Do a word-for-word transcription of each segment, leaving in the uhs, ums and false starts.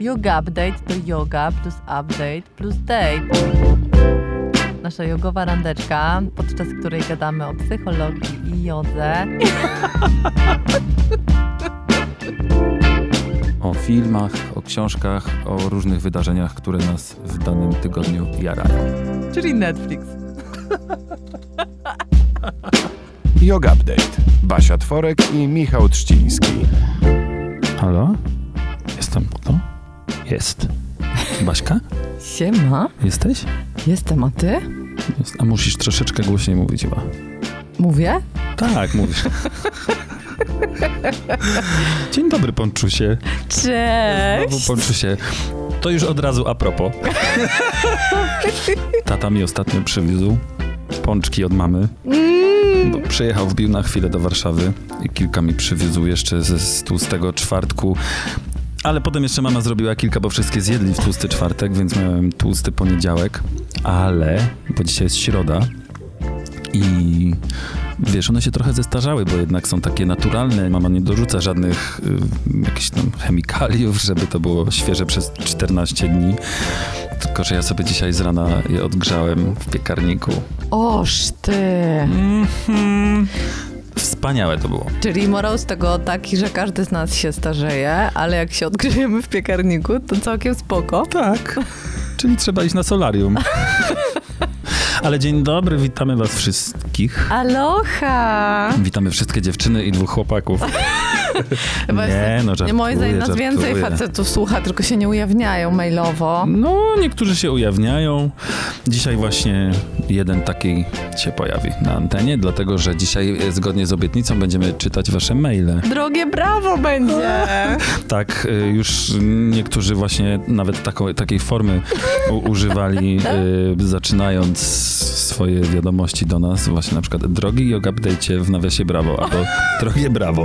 Yoga Update to yoga plus update plus date. Nasza jogowa randeczka, podczas której gadamy o psychologii i jodze. O filmach, o książkach, o różnych wydarzeniach, które nas w danym tygodniu jarają. Czyli Netflix. Yoga Update. Basia Tworek i Michał Trzciński. Halo? Jestem. To? Jest. Baśka? Siema. Jesteś? Jestem, a ty? Jest. A musisz troszeczkę głośniej mówić chyba. Mówię? Tak, mówisz. Dzień dobry, Ponczusie. Cześć. Znowu Ponczusie. To już od razu a propos. Tata mi ostatnio przywiózł pączki od mamy. Mm. Bo przyjechał, wbił na chwilę do Warszawy i kilka mi przywiózł jeszcze ze z tłustego czwartku. Ale potem jeszcze mama zrobiła kilka, bo wszystkie zjedli w tłusty czwartek, więc miałem tłusty poniedziałek. Ale, bo dzisiaj jest środa i wiesz, one się trochę zestarzały, bo jednak są takie naturalne. Mama nie dorzuca żadnych y, jakichś tam chemikaliów, żeby to było świeże przez czternaście dni. Tylko że ja sobie dzisiaj z rana je odgrzałem w piekarniku. Oż ty. Mm-hmm. Wspaniałe to było. Czyli morał z tego taki, że każdy z nas się starzeje, ale jak się odgrzejemy w piekarniku, to całkiem spoko. Tak. Czyli trzeba iść na solarium. Ale dzień dobry, witamy was wszystkich. Aloha! Witamy wszystkie dziewczyny i dwóch chłopaków. Nie, no żartuję, nie, moim zdaniem nas żartuję. więcej facetów słucha, tylko się nie ujawniają mailowo. No, niektórzy się ujawniają. Dzisiaj właśnie jeden taki się pojawi na antenie, dlatego że dzisiaj zgodnie z obietnicą będziemy czytać wasze maile. Drogie brawo będzie! Tak, już niektórzy właśnie nawet taką, takiej formy u, używali, y, zaczynając swoje wiadomości do nas. Właśnie na przykład drogi Yoga Update w nawiasie brawo, albo drogie brawo.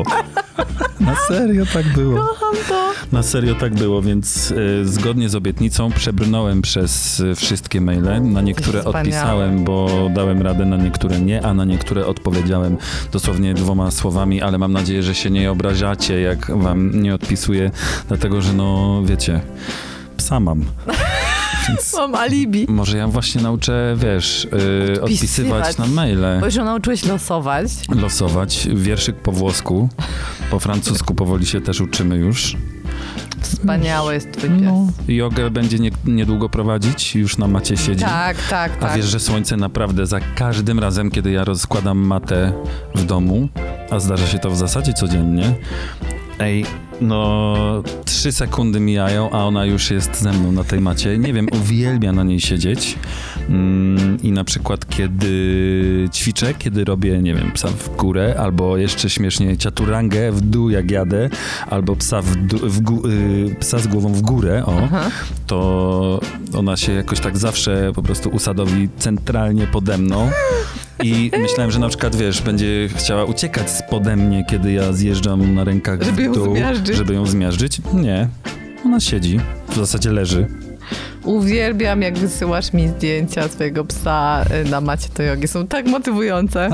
Na serio tak było. Kocham to. Na serio tak było, więc y, zgodnie z obietnicą przebrnąłem przez y, wszystkie maile. Na niektóre Wspaniałe. odpisałem, bo dałem radę, na niektóre nie, a na niektóre odpowiedziałem dosłownie dwoma słowami, ale mam nadzieję, że się nie obrażacie, jak wam nie odpisuję, dlatego że no wiecie, psa mam. Więc mam alibi. może ja właśnie nauczę, wiesz, yy, odpisywać na maile. Bo już nauczyłeś losować. Losować. Wierszyk po włosku. Po francusku powoli się też uczymy już. Wspaniały jest twój pies. No. Jogę będzie nie, niedługo prowadzić, już na macie siedzi. Tak, tak, tak. A wiesz, że słońce naprawdę za każdym razem, kiedy ja rozkładam matę w domu, a zdarza się to w zasadzie codziennie, ej, no trzy sekundy mijają, a ona już jest ze mną na tej macie. Nie wiem, uwielbia na niej siedzieć. Mm, I na przykład kiedy ćwiczę, kiedy robię, nie wiem, psa w górę, albo jeszcze śmiesznie ciaturangę w dół jak jadę, albo psa, w dół, w gó- y, psa z głową w górę, o, Aha. to ona się jakoś tak zawsze po prostu usadowi centralnie pode mną. I myślałem, że na przykład, wiesz, będzie chciała uciekać spode mnie, kiedy ja zjeżdżam na rękach Żeby ją w dół, zmiażdżyć. żeby ją zmiażdżyć. Nie, ona siedzi, w zasadzie leży. Uwielbiam, jak wysyłasz mi zdjęcia swojego psa na macie do jogi. Są tak motywujące.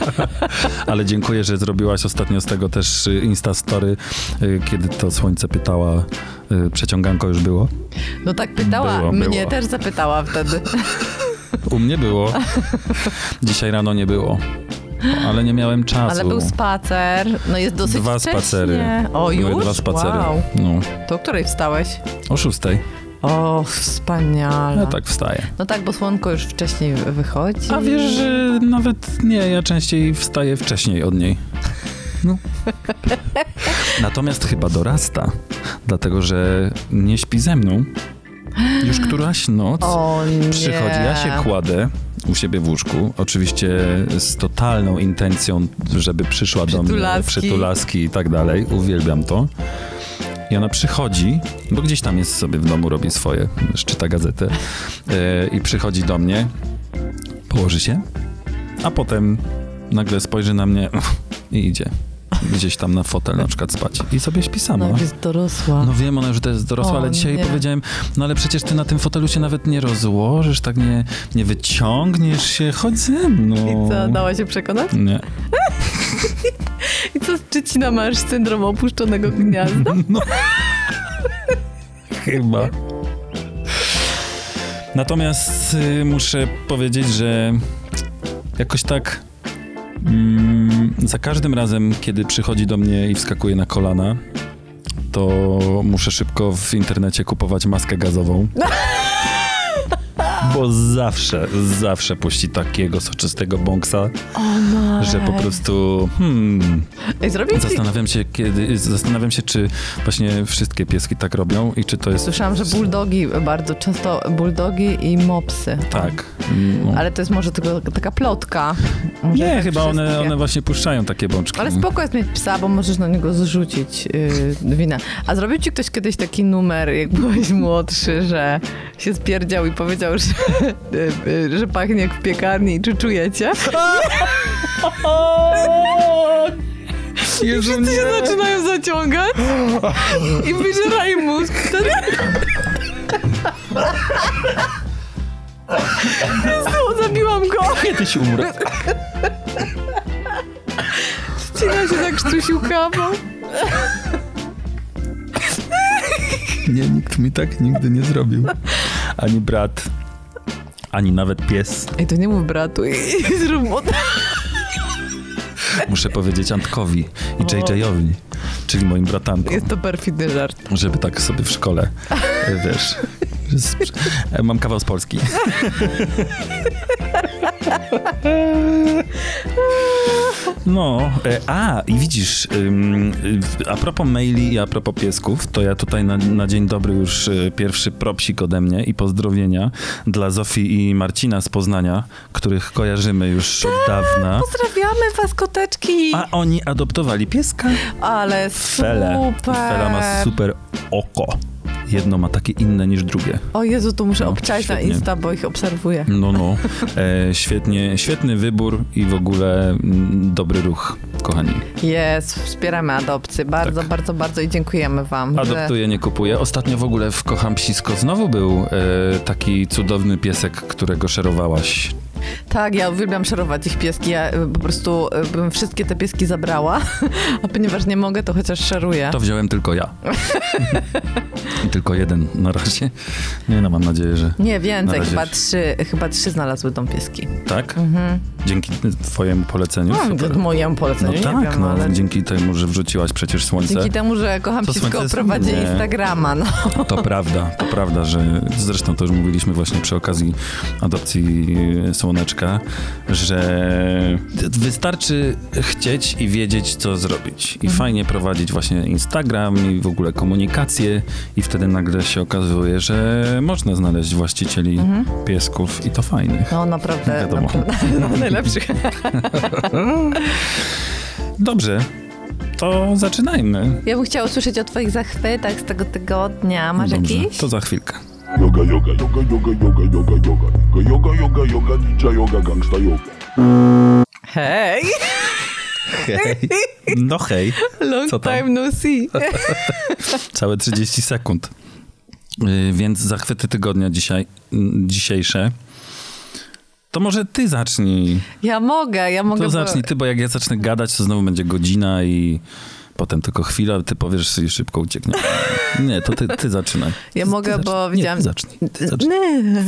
Ale dziękuję, że zrobiłaś ostatnio z tego też Instastory, kiedy to słońce pytała, przeciąganko już było? No tak pytała. Było, Mnie było. też zapytała wtedy. U mnie było. Dzisiaj rano nie było. Ale nie miałem czasu. Ale był spacer. No jest dosyć Dwa wcześnie. spacery. O, już? Były dwa spacery. Wow. No. To o której wstałeś? O szóstej. O, wspaniale. Ja tak wstaję. No tak, bo słonko już wcześniej wychodzi. A wiesz, że nawet nie, ja częściej wstaję wcześniej od niej. No. Natomiast chyba dorasta, dlatego że nie śpi ze mną. Już któraś noc O nie. przychodzi, ja się kładę u siebie w łóżku, oczywiście z totalną intencją, żeby przyszła do mnie, Przytulaski. przytulaski i tak dalej, uwielbiam to. I ona przychodzi, bo gdzieś tam jest sobie w domu, robi swoje, czyta gazetę yy, i przychodzi do mnie, położy się, a potem nagle spojrzy na mnie i idzie gdzieś tam na fotel na przykład spać i sobie śpi sama. No, jest dorosła. No wiem, ona już to jest dorosła, O, ale dzisiaj nie. jej powiedziałem, no ale przecież ty na tym fotelu się nawet nie rozłożysz, tak nie, nie wyciągniesz się, chodź ze mną. I co, dała się przekonać? Nie. I co, czy ci masz syndrom opuszczonego gniazda? No. Chyba. Natomiast y, muszę powiedzieć, że jakoś tak mm, za każdym razem, kiedy przychodzi do mnie i wskakuje na kolana, to muszę szybko w internecie kupować maskę gazową. Bo zawsze, zawsze puści takiego soczystego bąksa, oh że po prostu hmm, Ej, zrobił zastanawiam się, kiedy, zastanawiam się, czy właśnie wszystkie pieski tak robią i czy to jest... Słyszałam, że bulldogi bardzo często, bulldogi i mopsy. Tak. No. Ale to jest może tylko taka plotka. Może Nie, tak chyba one, wszystkie. one właśnie puszczają takie bączki. Ale spoko jest mieć psa, bo możesz na niego zrzucić yy, winę. A zrobił ci ktoś kiedyś taki numer, jak byłeś młodszy, że się spierdział i powiedział, że, yy, że pachnie jak w piekarni, czy czujecie? Jezu, Wszyscy się zaczynają zaciągać i wyżeraj mózg. Wtedy... Jezu, zabiłam go. Kiedyś umrę. Ścina się zakrztusił kawą. Nie, nikt mi tak nigdy nie zrobił. Ani brat, ani nawet pies. Ej, to nie mów bratu i, i zrób mu Muszę powiedzieć Antkowi i J J-owi, czyli moim bratankom. Jest to perfidny żart. Żeby tak sobie w szkole, wiesz, mam kawał z Polski. No, a i widzisz, a propos maili i a propos piesków, to ja tutaj na, na dzień dobry już pierwszy propsik ode mnie i pozdrowienia dla Zofii i Marcina z Poznania, których kojarzymy już od dawna. Pozdrawiamy was, koteczki. A oni adoptowali pieska. Ale Fele. super. Fela ma super oko. Jedno ma takie inne niż drugie. O Jezu, to muszę No, obczaić na świetnie. Insta, bo ich obserwuję. No, no. E, świetnie, świetny wybór i w ogóle m, dobry ruch, kochani. Jest, wspieramy adopcję. Bardzo, Tak. bardzo, bardzo i dziękujemy wam. Adoptuję, nie kupuję. Ostatnio w ogóle w Kocham Psisko znowu był e, taki cudowny piesek, którego szerowałaś. Tak, ja uwielbiam szerować ich pieski. Ja y, po prostu y, bym wszystkie te pieski zabrała, a ponieważ nie mogę, to chociaż szeruję. To wziąłem tylko ja. I tylko jeden na razie. Nie no, mam nadzieję, że... Nie, więcej. Na razie- Chyba trzy, chyba trzy znalazły tą pieski. Tak? Mhm. Dzięki twojemu poleceniu? No, Super. mojemu No poleceniu, nie tak, wiem, no, ale... dzięki temu, że wrzuciłaś przecież słońce. Dzięki temu, że Kocham To Psisko słońce jest- prowadzi nie. Instagrama, no. To prawda, to prawda, że zresztą to już mówiliśmy właśnie przy okazji adopcji Słoneczka, że wystarczy chcieć i wiedzieć, co zrobić. I Mhm. fajnie prowadzić właśnie Instagram i w ogóle komunikację i wtedy nagle się okazuje, że można znaleźć właścicieli Mhm. piesków i to fajnych. No naprawdę, Wiadomo. naprawdę no, najlepszych. Dobrze, to zaczynajmy. Ja bym chciała usłyszeć o twoich zachwytach z tego tygodnia. Masz Dobrze, jakiś? to za chwilkę. Yoga, yoga, yoga, yoga, yoga, yoga, yoga, yoga, yoga, yoga, ninja yoga, gangsta yoga. Hej! Hej. No hej. Long Co tam? time no see. Całe trzydzieści sekund. Yy, więc zachwyty tygodnia dzisiaj, mm, dzisiejsze. To może ty zacznij. Ja mogę, ja mogę. To bo- zacznij ty, bo jak ja zacznę gadać, to znowu będzie godzina i potem tylko chwila, ty powiesz i szybko ucieknie. Nie, to ty, ty zaczynaj. Ja Ty mogę, zacznij. bo Nie, widziałam... ty zacznij. Ty zacznij. Nie.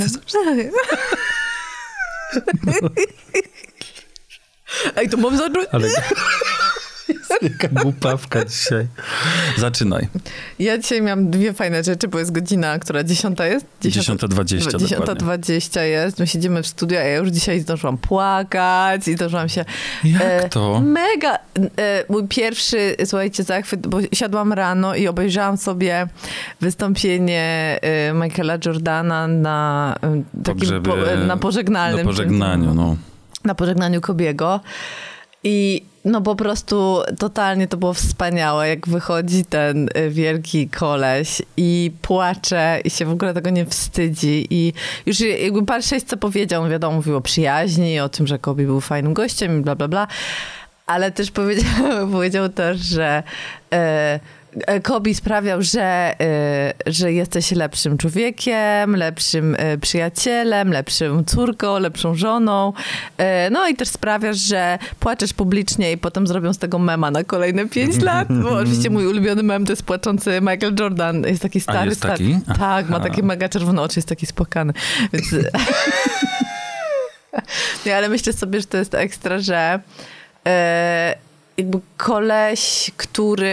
Ej, to mam zacząć? Ale jaka głupawka dzisiaj. Zaczynaj. Ja dzisiaj miałam dwie fajne rzeczy, bo jest godzina, która dziesiąta jest? dziesiąta dwadzieścia Dziesiąta dokładnie. dwadzieścia jest. My siedzimy w studiu, a ja już dzisiaj zdążyłam płakać i zdążyłam się... Jak to? Mega. E, mój pierwszy, słuchajcie, zachwyt, bo siadłam rano i obejrzałam sobie wystąpienie e, Michaela Jordana na e, takim Pogrzebie- po, e, na pożegnalnym. Na pożegnaniu, no. Na pożegnaniu Kobiego. I no po prostu totalnie to było wspaniałe, jak wychodzi ten y, wielki koleś i płacze i się w ogóle tego nie wstydzi. I już jakby patrzeć, co powiedział, on wiadomo, mówił o przyjaźni, o tym, że Kobi był fajnym gościem i bla, bla, bla. Ale też powiedział, powiedział też, że e, Kobi sprawiał, że, y, że jesteś lepszym człowiekiem, lepszym y, przyjacielem, lepszą córką, lepszą żoną. Y, no i też sprawiasz, że płaczesz publicznie i potem zrobią z tego mema na kolejne pięć lat. Bo oczywiście mój ulubiony mem to jest płaczący Michael Jordan. Jest taki stary. A jest stary. taki? Tak, ma takie mega czerwone oczy, jest taki spłakany. Więc... Nie, ale myślę sobie, że to jest ekstra, że y, jakby koleś, który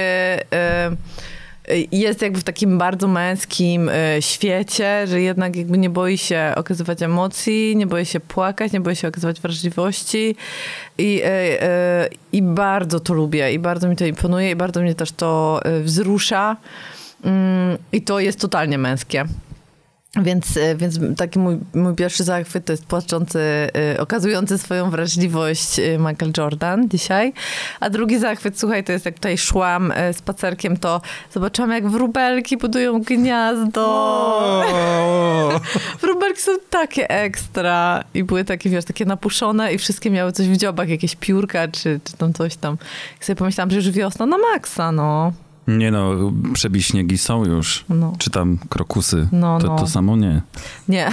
y, jest jakby w takim bardzo męskim y, świecie, że jednak jakby nie boi się okazywać emocji, nie boi się płakać, nie boi się okazywać wrażliwości i, y, y, i bardzo to lubię i bardzo mi to imponuje i bardzo mnie też to y, wzrusza y, i to jest totalnie męskie. Więc, więc taki mój, mój pierwszy zachwyt to jest płaczący, y, okazujący swoją wrażliwość y, Michael Jordan dzisiaj. A drugi zachwyt, słuchaj, to jest jak tutaj szłam y, spacerkiem, to zobaczyłam jak wróbelki budują gniazdo. Wróbelki są takie ekstra i były takie, wiesz, takie napuszone i wszystkie miały coś w dziobach, jakieś piórka czy, czy tam coś tam. I sobie pomyślałam, że już wiosna na maksa, no. Nie no, przebiśniegi są już. No. Czy tam krokusy. No, to, no. to samo nie. Nie.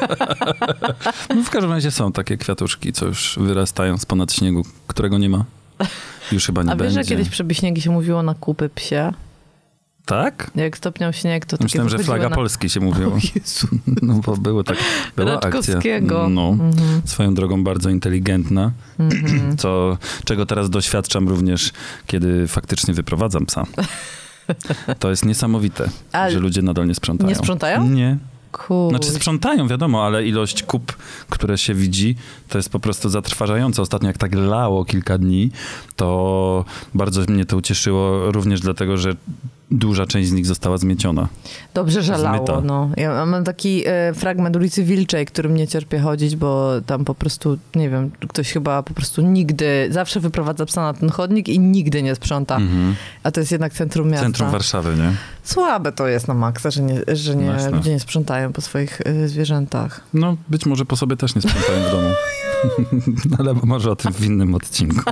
No w każdym razie są takie kwiatuszki, co już wyrastają z ponad śniegu, którego nie ma. Już chyba nie A wiesz, będzie. że kiedyś przebiśniegi się mówiło na kupy psie? Tak? Jak stopniał śnieg, to takie Myślałem, że flaga na... Polski się mówiło. O Jezu. No bo było tak, była akcja. Raczkowskiego. No, Mhm. swoją drogą bardzo inteligentna, Mhm. co, czego teraz doświadczam również, kiedy faktycznie wyprowadzam psa. To jest niesamowite, Ale że ludzie nadal nie sprzątają. nie sprzątają? Nie. Kur... Znaczy sprzątają, wiadomo, ale ilość kup, które się widzi, to jest po prostu zatrważające. Ostatnio jak tak lało kilka dni, to bardzo mnie to ucieszyło, również dlatego, że duża część z nich została zmieciona. Dobrze, że lało. Zmyta. No. Ja mam taki e, fragment ulicy Wilczej, którym nie cierpię chodzić, bo tam po prostu, nie wiem, ktoś chyba po prostu nigdy, zawsze wyprowadza psa na ten chodnik i nigdy nie sprząta. Mhm. A to jest jednak centrum miasta. Centrum Warszawy, nie? Słabe to jest na maksa, że, nie, że nie, Jasne. ludzie nie sprzątają po swoich y, zwierzętach. No, być może po sobie też nie sprzątają w domu. Ale może o tym w innym odcinku.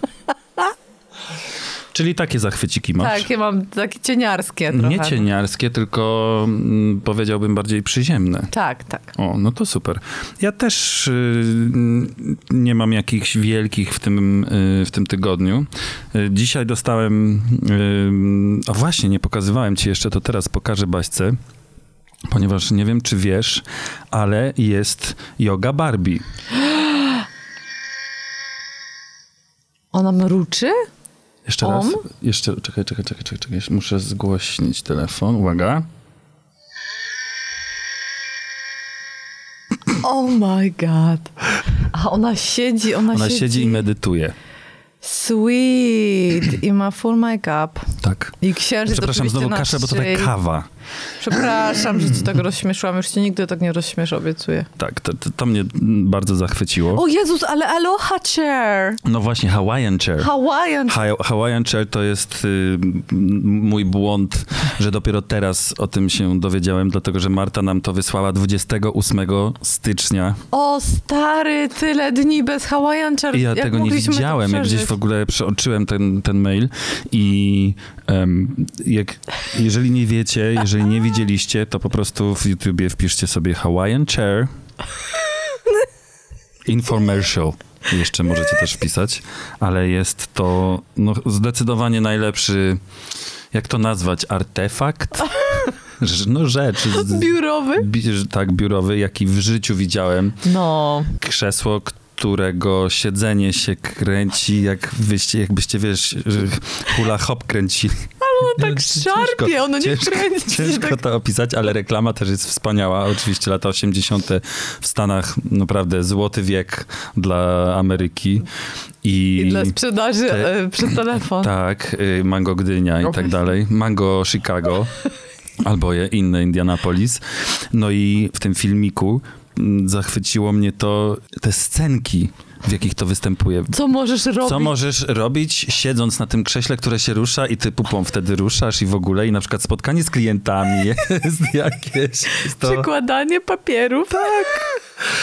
Czyli takie zachwyciki masz? Tak, ja mam takie cieniarskie trochę. Nie cieniarskie, tylko mm, powiedziałbym bardziej przyziemne. Tak, tak. O, no to super. Ja też y, nie mam jakichś wielkich w tym, y, w tym tygodniu. Y, dzisiaj dostałem... Y, a właśnie, nie pokazywałem ci jeszcze, to teraz pokażę Baśce, ponieważ nie wiem, czy wiesz, ale jest Yoga Barbie. Ona mruczy? Jeszcze Om? raz. Jeszcze, czekaj, czekaj, czekaj, czekaj, czekaj. Muszę zgłośnić telefon. Uwaga. Oh my god. A ona siedzi, ona, Ona siedzi... siedzi i medytuje. Sweet. I ma full make-up. Tak. I księżyc Przepraszam, oczywiście znowu na kaszę, bo to szyi. tak kawa. Przepraszam, że ci tak rozśmieszyłam. Już cię nigdy tak nie rozśmieszę, obiecuję. Tak, to, to, to mnie bardzo zachwyciło. O Jezus, ale aloha chair. No właśnie, Hawaiian chair. Hawaiian chair. Ha- Hawaiian chair to jest y, m- mój błąd, że dopiero teraz o tym się dowiedziałem, dlatego że Marta nam to wysłała dwudziestego ósmego stycznia. O stary, tyle dni bez Hawaiian chair. I ja Jak tego nie mogliśmy to widziałem, jak gdzieś przeżyć? w ogóle przeoczyłem ten, ten mail i um, jak, jeżeli nie wiecie, jeżeli nie widzieliście, to po prostu w YouTubie wpiszcie sobie Hawaiian chair infomercial. Jeszcze możecie też wpisać, ale jest to no, zdecydowanie najlepszy, jak to nazwać, artefakt? Rz- No rzecz. z- Biurowy? Bi- tak, biurowy, jaki w życiu widziałem. No. Krzesło, którego siedzenie się kręci, jak byście, jakbyście, wiesz, że hula hop kręcili. No tak szarpie, ono nie ciężko, kręci. Ciężko tak. to opisać, ale reklama też jest wspaniała. Oczywiście lata osiemdziesiąte w Stanach, naprawdę złoty wiek dla Ameryki. I, I dla sprzedaży te- e, przez telefon. Tak, y, Mango Gdynia i O. tak dalej. Mango Chicago albo je inne Indianapolis. No i w tym filmiku mm, zachwyciło mnie to, te scenki, w jakich to występuje. Co możesz robić? Co możesz robić, siedząc na tym krześle, które się rusza i ty pupą wtedy ruszasz i w ogóle i na przykład spotkanie z klientami jest jakieś. Jest to... Przykładanie papierów. Tak.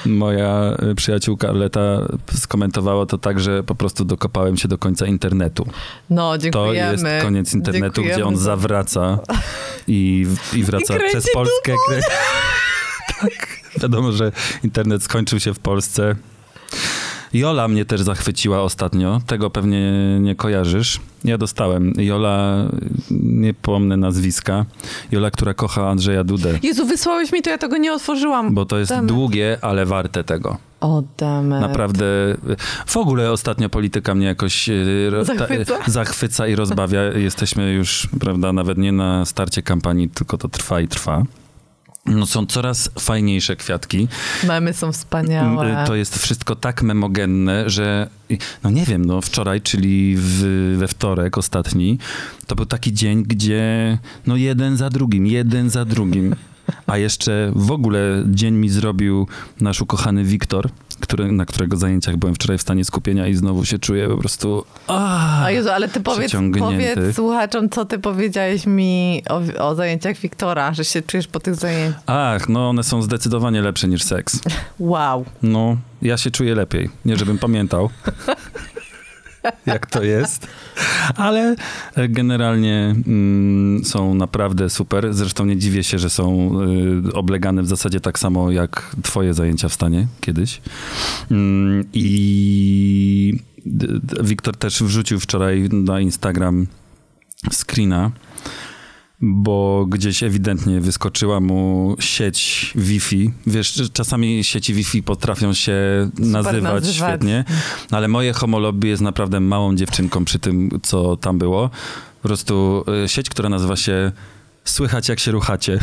moja przyjaciółka Arleta skomentowała to tak, że po prostu dokopałem się do końca internetu. No, dziękujemy. To jest koniec internetu, dziękujemy gdzie on za... zawraca i, i wraca I przez Polskę. Krę... tak, wiadomo, że internet skończył się w Polsce. Jola mnie też zachwyciła ostatnio, tego pewnie nie kojarzysz. Ja dostałem. Jola, nie pomnę nazwiska, Jola, która kocha Andrzeja Dudę. Jezu, wysłałeś mi to, ja tego nie otworzyłam. Bo to jest Dammit. długie, ale warte tego. O, dammit. Naprawdę. W ogóle ostatnio polityka mnie jakoś Zachwyca? ta, zachwyca i rozbawia. Jesteśmy już, prawda, nawet nie na starcie kampanii, tylko to trwa i trwa. No są coraz fajniejsze kwiatki. Memy są wspaniałe. To jest wszystko tak memogenne, że no nie wiem, no wczoraj, czyli w, we wtorek ostatni, to był taki dzień, gdzie no jeden za drugim, jeden za drugim. A jeszcze w ogóle dzień mi zrobił nasz ukochany Wiktor, który, na którego zajęciach byłem wczoraj w stanie skupienia i znowu się czuję po prostu a, A Jezu, ale ty powiedz, powiedz słuchaczom, co ty powiedziałeś mi o, o zajęciach Wiktora, że się czujesz po tych zajęciach. Ach, no one są zdecydowanie lepsze niż seks. Wow. No, ja się czuję lepiej. Nie, żebym pamiętał, jak to jest. Ale generalnie mm, są naprawdę super. Zresztą nie dziwię się, że są y, oblegane w zasadzie tak samo jak twoje zajęcia w stanie kiedyś. Mm, I d- d- Wiktor też wrzucił wczoraj na Instagram screena, bo gdzieś ewidentnie wyskoczyła mu sieć Wi-Fi. Wiesz, czasami sieci Wi-Fi potrafią się nazywać, nazywać świetnie, ale moje homolobby jest naprawdę małą dziewczynką przy tym, co tam było. Po prostu sieć, która nazywa się Słychać jak się ruchacie.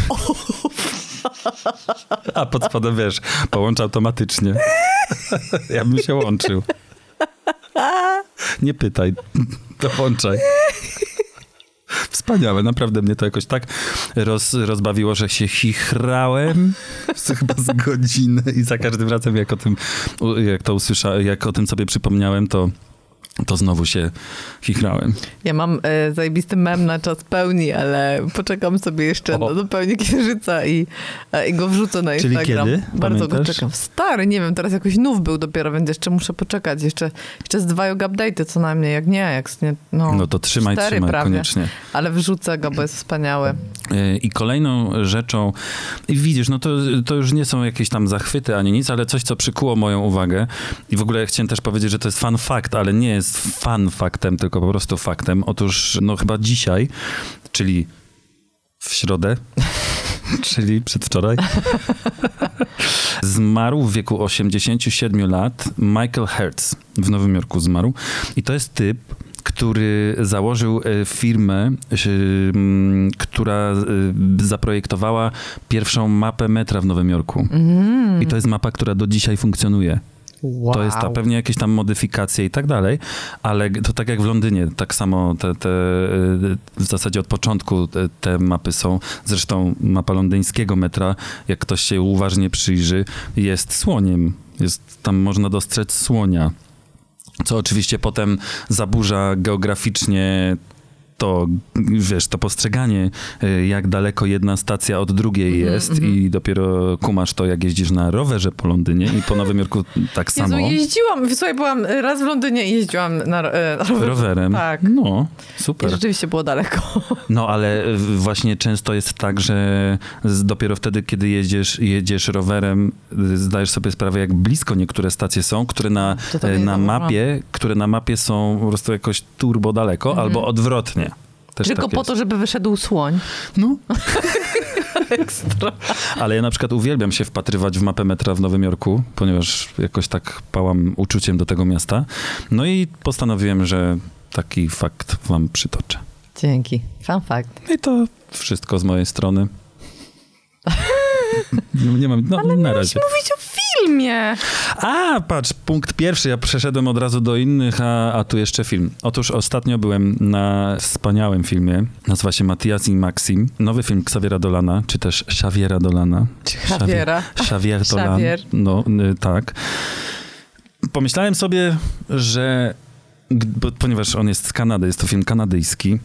A pod spodem, wiesz, połącz automatycznie. Ja bym się łączył. Nie pytaj, dołączaj. Wspaniałe, naprawdę mnie to jakoś tak roz, rozbawiło, że się chichrałem chyba z godzinę i za każdym razem jak o tym, jak to usłyszałem, jak o tym sobie przypomniałem, to to znowu się chichrałem. Ja mam e, zajebisty mem na czas pełni, ale poczekam sobie jeszcze o. do pełni księżyca i, e, i go wrzucę na Instagram. Czyli kiedy? Bardzo Pamiętasz? go czekam. Stary, nie wiem, teraz jakoś nów był dopiero, więc jeszcze muszę poczekać. Jeszcze, jeszcze z dwa yoga update'y co najmniej, jak nie, jak nie, no, no to trzymaj, cztery trzymaj prawie. koniecznie. Ale wrzucę go, bo jest wspaniały. I kolejną rzeczą, i widzisz, no to, to już nie są jakieś tam zachwyty ani nic, ale coś, co przykuło moją uwagę. I w ogóle chciałem też powiedzieć, że to jest fun fact, ale nie jest fun faktem, tylko po prostu faktem. Otóż, no chyba dzisiaj, czyli w środę, czyli przedwczoraj, zmarł w wieku osiemdziesięciu siedmiu lat Michael Hertz. W Nowym Jorku zmarł. I to jest typ, który założył firmę, która zaprojektowała pierwszą mapę metra w Nowym Jorku. Mm. I to jest mapa, która do dzisiaj funkcjonuje. Wow. To jest ta, pewnie jakieś tam modyfikacje i tak dalej, ale to tak jak w Londynie, tak samo te, te, w zasadzie od początku te, te mapy są. Zresztą mapa londyńskiego metra, jak ktoś się uważnie przyjrzy, jest słoniem. Jest, tam można dostrzec słonia, co oczywiście potem zaburza geograficznie to, wiesz, to postrzeganie, jak daleko jedna stacja od drugiej jest mm-hmm. i dopiero kumasz to, jak jeździsz na rowerze po Londynie i po Nowym Jorku tak Jezu, samo. jeździłam, słuchaj, byłam raz w Londynie i jeździłam na, na rowerze. Rowerem? Tak. No, super. I rzeczywiście było daleko. No, ale właśnie często jest tak, że dopiero wtedy, kiedy jedziesz, jedziesz rowerem, zdajesz sobie sprawę, jak blisko niektóre stacje są, które na, na mapie, które na mapie są po prostu jakoś turbo daleko, mm-hmm. albo odwrotnie. Też Tylko tak po jest. to, żeby wyszedł słoń. No. Ekstra. Ale ja na przykład uwielbiam się wpatrywać w mapę metra w Nowym Jorku, ponieważ jakoś tak pałam uczuciem do tego miasta. No i postanowiłem, że taki fakt wam przytoczę. Dzięki. Fun fact. I to wszystko z mojej strony. Nie, nie mam, no, Ale na razie. mówić o filmie. A, patrz, punkt pierwszy. Ja przeszedłem od razu do innych, a, a tu jeszcze film. Otóż ostatnio byłem na wspaniałym filmie. Nazywa się Matias i Maxim. Nowy film Xaviera Dolana, czy też Xaviera Dolana. Xaviera. Xavier Dolan. Xavier. No, y, tak. Pomyślałem sobie, że bo, ponieważ on jest z Kanady, jest to film kanadyjski,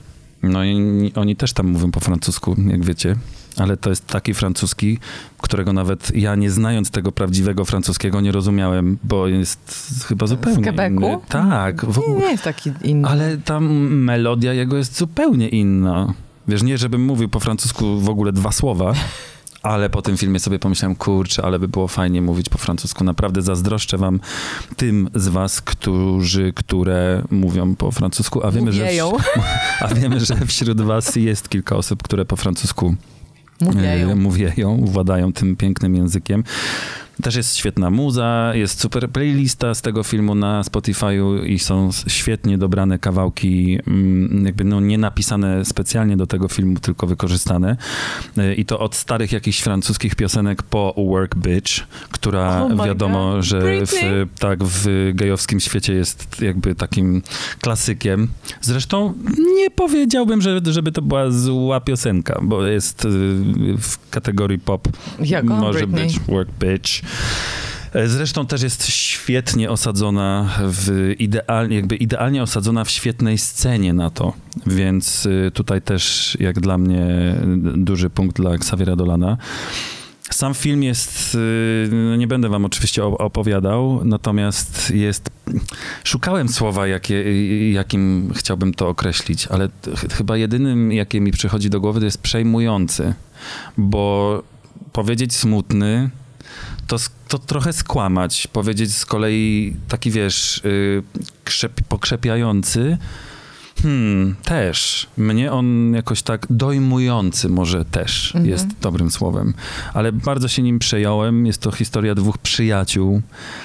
No i oni też tam mówią po francusku, jak wiecie. Ale to jest taki francuski, którego nawet ja, nie znając tego prawdziwego francuskiego, nie rozumiałem, bo jest chyba zupełnie Z Quebecu? inny. Tak. W... Nie, nie jest taki inny. Ale ta melodia jego jest zupełnie inna. Wiesz, nie żebym mówił po francusku w ogóle dwa słowa, ale po tym filmie sobie pomyślałem, kurczę, ale by było fajnie mówić po francusku. Naprawdę zazdroszczę wam tym z was, którzy, które mówią po francusku, a wiemy, że, w, a wiemy, że wśród was jest kilka osób, które po francusku Mówieją. e, mówieją, władają tym pięknym językiem. Też jest świetna muza, jest super playlista z tego filmu na Spotify'u i są świetnie dobrane kawałki, jakby no nie napisane specjalnie do tego filmu, tylko wykorzystane. I to od starych jakichś francuskich piosenek po Work Bitch, która oh wiadomo, God. że w, tak w gejowskim świecie jest jakby takim klasykiem. Zresztą nie powiedziałbym, że, żeby to była zła piosenka, bo jest w kategorii pop. Jak on, może Britney. być Work Bitch. Zresztą też jest świetnie osadzona w idealnie, jakby idealnie osadzona w świetnej scenie na to, więc tutaj też jak dla mnie duży punkt dla Xaviera Dolana. Sam film jest, nie będę wam oczywiście opowiadał, natomiast jest, szukałem słowa, jakie, jakim chciałbym to określić, ale ch- chyba jedynym, jakie mi przychodzi do głowy, to jest przejmujący, bo powiedzieć smutny, to, to trochę skłamać. Powiedzieć z kolei taki, wiesz, yy, krzep, pokrzepiający, hmm, też. Mnie on jakoś tak dojmujący może też mhm. jest dobrym słowem. Ale bardzo się nim przejąłem. Jest to historia dwóch przyjaciół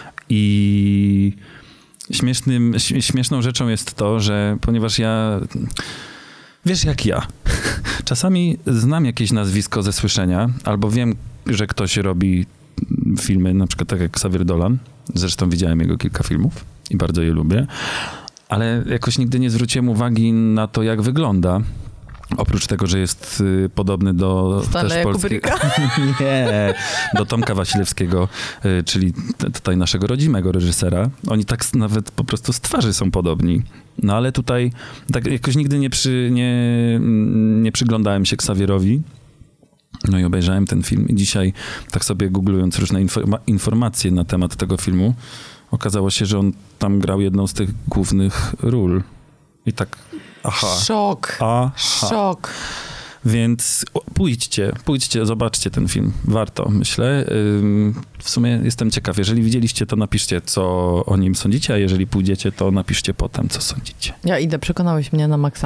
i śmiesznym, śmieszną rzeczą jest to, że ponieważ ja... Wiesz jak ja. Czasami znam jakieś nazwisko ze słyszenia, albo wiem, że ktoś robi filmy, na przykład tak jak Xavier Dolan. Zresztą widziałem jego kilka filmów i bardzo je lubię. Ale jakoś nigdy nie zwróciłem uwagi na to, jak wygląda. Oprócz tego, że jest y, podobny do Stanleya też polskiego... Nie, do Tomka Wasilewskiego, y, czyli t- tutaj naszego rodzimego reżysera. Oni tak nawet po prostu z twarzy są podobni. No ale tutaj tak jakoś nigdy nie, przy, nie, nie przyglądałem się Xavierowi. No i obejrzałem ten film i dzisiaj tak sobie googlując różne informa- informacje na temat tego filmu, okazało się, że on tam grał jedną z tych głównych ról. I tak, aha. Szok. Aha. Szok. Więc pójdźcie, pójdźcie, zobaczcie ten film. Warto, myślę. W sumie jestem ciekaw. Jeżeli widzieliście, to napiszcie, co o nim sądzicie, a jeżeli pójdziecie, to napiszcie potem, co sądzicie. Ja idę, przekonałeś mnie na maksa.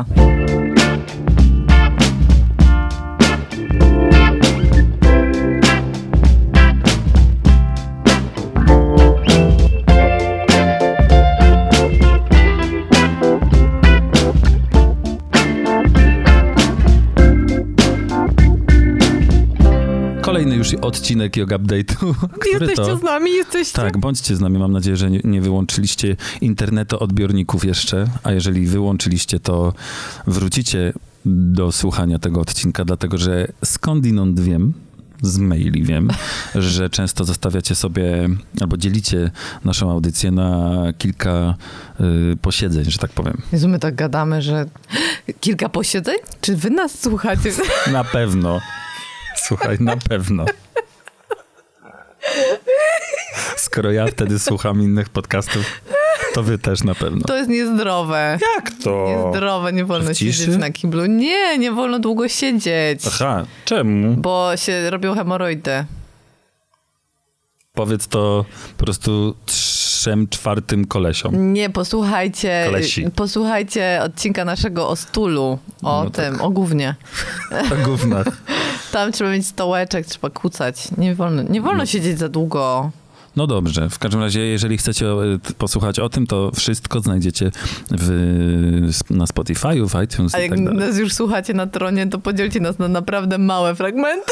Kolejny już odcinek Yoga Update'u. Jesteście to... z nami? Jesteście? Tak, bądźcie z nami. Mam nadzieję, że nie, nie wyłączyliście internetu odbiorników jeszcze, a jeżeli wyłączyliście, to wrócicie do słuchania tego odcinka, dlatego że skądinąd wiem, z maili wiem, że często zostawiacie sobie albo dzielicie naszą audycję na kilka y, posiedzeń, że tak powiem. Jezu, my tak gadamy, że kilka posiedzeń? Czy wy nas słuchacie? Na pewno. Słuchaj, na pewno. Skoro ja wtedy słucham innych podcastów, to wy też na pewno. To jest niezdrowe. Jak to? Niezdrowe, nie wolno W ciszy? siedzieć na kiblu. Nie, nie wolno długo siedzieć. Aha, czemu? Bo się robią hemoroidy. Powiedz to po prostu trzem czwartym kolesiom. Nie, posłuchajcie, Kolesi. posłuchajcie odcinka naszego o stulu, o No tym, tak. o gównie. O gównach. Tam trzeba mieć stołeczek, trzeba kucać. Nie wolno, nie wolno No. siedzieć za długo. No dobrze, w każdym razie, jeżeli chcecie e, t- posłuchać o tym, to wszystko znajdziecie w, na Spotify'u, w iTunes A i jak tak dalej. nas już słuchacie na tronie, to podzielcie nas na naprawdę małe fragmenty.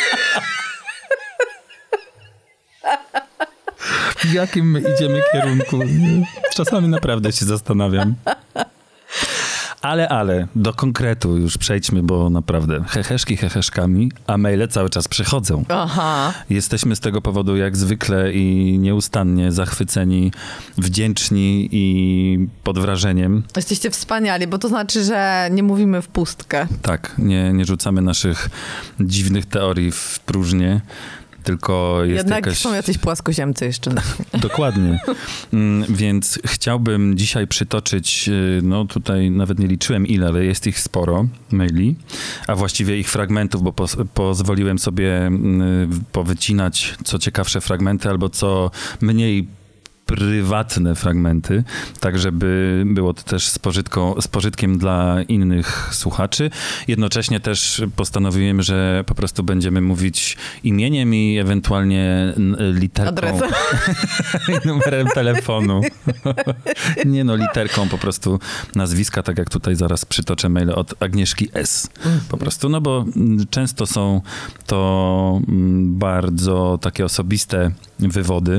W jakim my idziemy kierunku? Czasami naprawdę się zastanawiam. Ale, ale, do konkretu już przejdźmy, bo naprawdę heheszki heheszkami, a maile cały czas przychodzą. Aha. Jesteśmy z tego powodu jak zwykle i nieustannie zachwyceni, wdzięczni i pod wrażeniem. Jesteście wspaniali, bo to znaczy, że nie mówimy w pustkę. Tak, nie, nie rzucamy naszych dziwnych teorii w próżnię. Tylko jest Jednak jakaś... są jacyś płaskoziemcy jeszcze. Dokładnie. Więc chciałbym dzisiaj przytoczyć, no tutaj nawet nie liczyłem ile, ale jest ich sporo, maili, a właściwie ich fragmentów, bo po, pozwoliłem sobie powycinać co ciekawsze fragmenty albo co mniej prywatne fragmenty, tak żeby było to też z, pożytką, z pożytkiem dla innych słuchaczy. Jednocześnie też postanowiłem, że po prostu będziemy mówić imieniem i ewentualnie literką. Adresem. I numerem telefonu. Nie no, literką po prostu nazwiska, tak jak tutaj zaraz przytoczę maile od Agnieszki S. Po prostu, no bo często są to bardzo takie osobiste wywody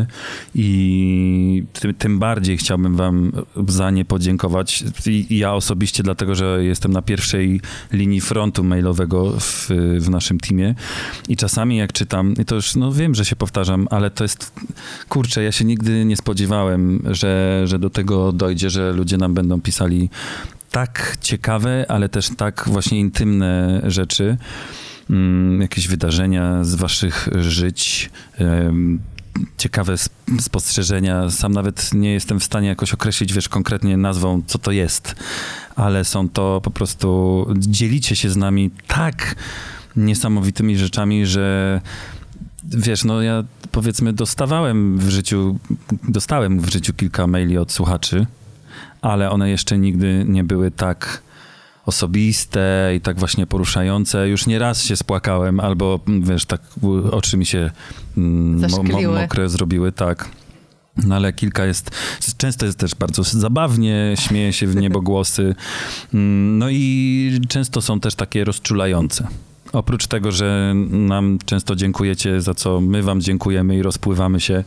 i tym, tym bardziej chciałbym wam za nie podziękować. I ja osobiście, dlatego, że jestem na pierwszej linii frontu mailowego w, w naszym teamie i czasami jak czytam, i to już, no wiem, że się powtarzam, ale to jest, kurczę, ja się nigdy nie spodziewałem, że, że do tego dojdzie, że ludzie nam będą pisali tak ciekawe, ale też tak właśnie intymne rzeczy, mm, jakieś wydarzenia z waszych żyć, um, ciekawe spostrzeżenia. Sam nawet nie jestem w stanie jakoś określić, wiesz, konkretnie nazwą, co to jest, ale są to po prostu, dzielicie się z nami tak niesamowitymi rzeczami, że wiesz, no ja powiedzmy dostawałem w życiu, dostałem w życiu kilka maili od słuchaczy, ale one jeszcze nigdy nie były tak osobiste i tak właśnie poruszające. Już nie raz się spłakałem, albo wiesz, tak oczy mi się mo- mo- mokre zrobiły, tak. No ale kilka jest, często jest też bardzo zabawnie, śmieje się w niebogłosy. No i często są też takie rozczulające. Oprócz tego, że nam często dziękujecie, za co my wam dziękujemy i rozpływamy się,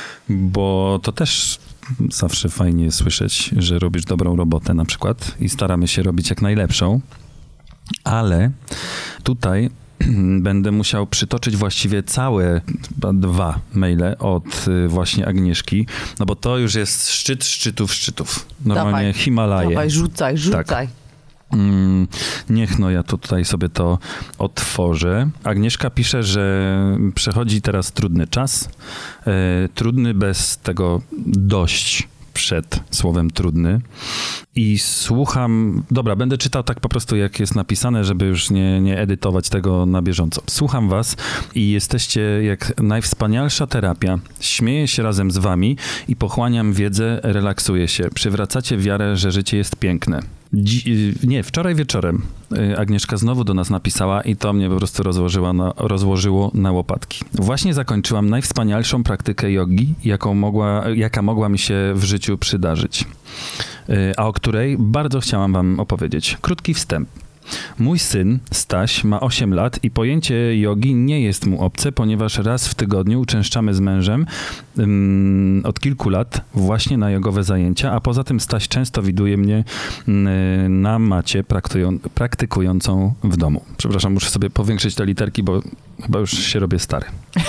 bo to też zawsze fajnie jest słyszeć, że robisz dobrą robotę na przykład i staramy się robić jak najlepszą, ale tutaj będę musiał przytoczyć właściwie całe dwa maile od właśnie Agnieszki, no bo to już jest szczyt szczytów szczytów. Normalnie dawaj, Himalaje. Dawaj, rzucaj, rzucaj. Tak. Mm, niech no ja to tutaj sobie to otworzę. Agnieszka pisze, że przechodzi teraz trudny czas. E, trudny bez tego dość przed słowem trudny. I słucham, dobra, będę czytał tak po prostu jak jest napisane, żeby już nie, nie edytować tego na bieżąco. Słucham was i jesteście jak najwspanialsza terapia. Śmieję się razem z wami i pochłaniam wiedzę, relaksuję się. Przywracacie wiarę, że życie jest piękne. Dzi- nie, wczoraj wieczorem Agnieszka znowu do nas napisała i to mnie po prostu rozłożyła na, rozłożyło na łopatki. Właśnie zakończyłam najwspanialszą praktykę jogi, jaką mogła, jaka mogła mi się w życiu przydarzyć, a o której bardzo chciałam wam opowiedzieć. Krótki wstęp. Mój syn, Staś, ma osiem lat i pojęcie jogi nie jest mu obce, ponieważ raz w tygodniu uczęszczamy z mężem um, od kilku lat właśnie na jogowe zajęcia, a poza tym Staś często widuje mnie um, na macie praktykują, praktykującą w domu. Przepraszam, muszę sobie powiększyć te literki, bo chyba już się robię stary.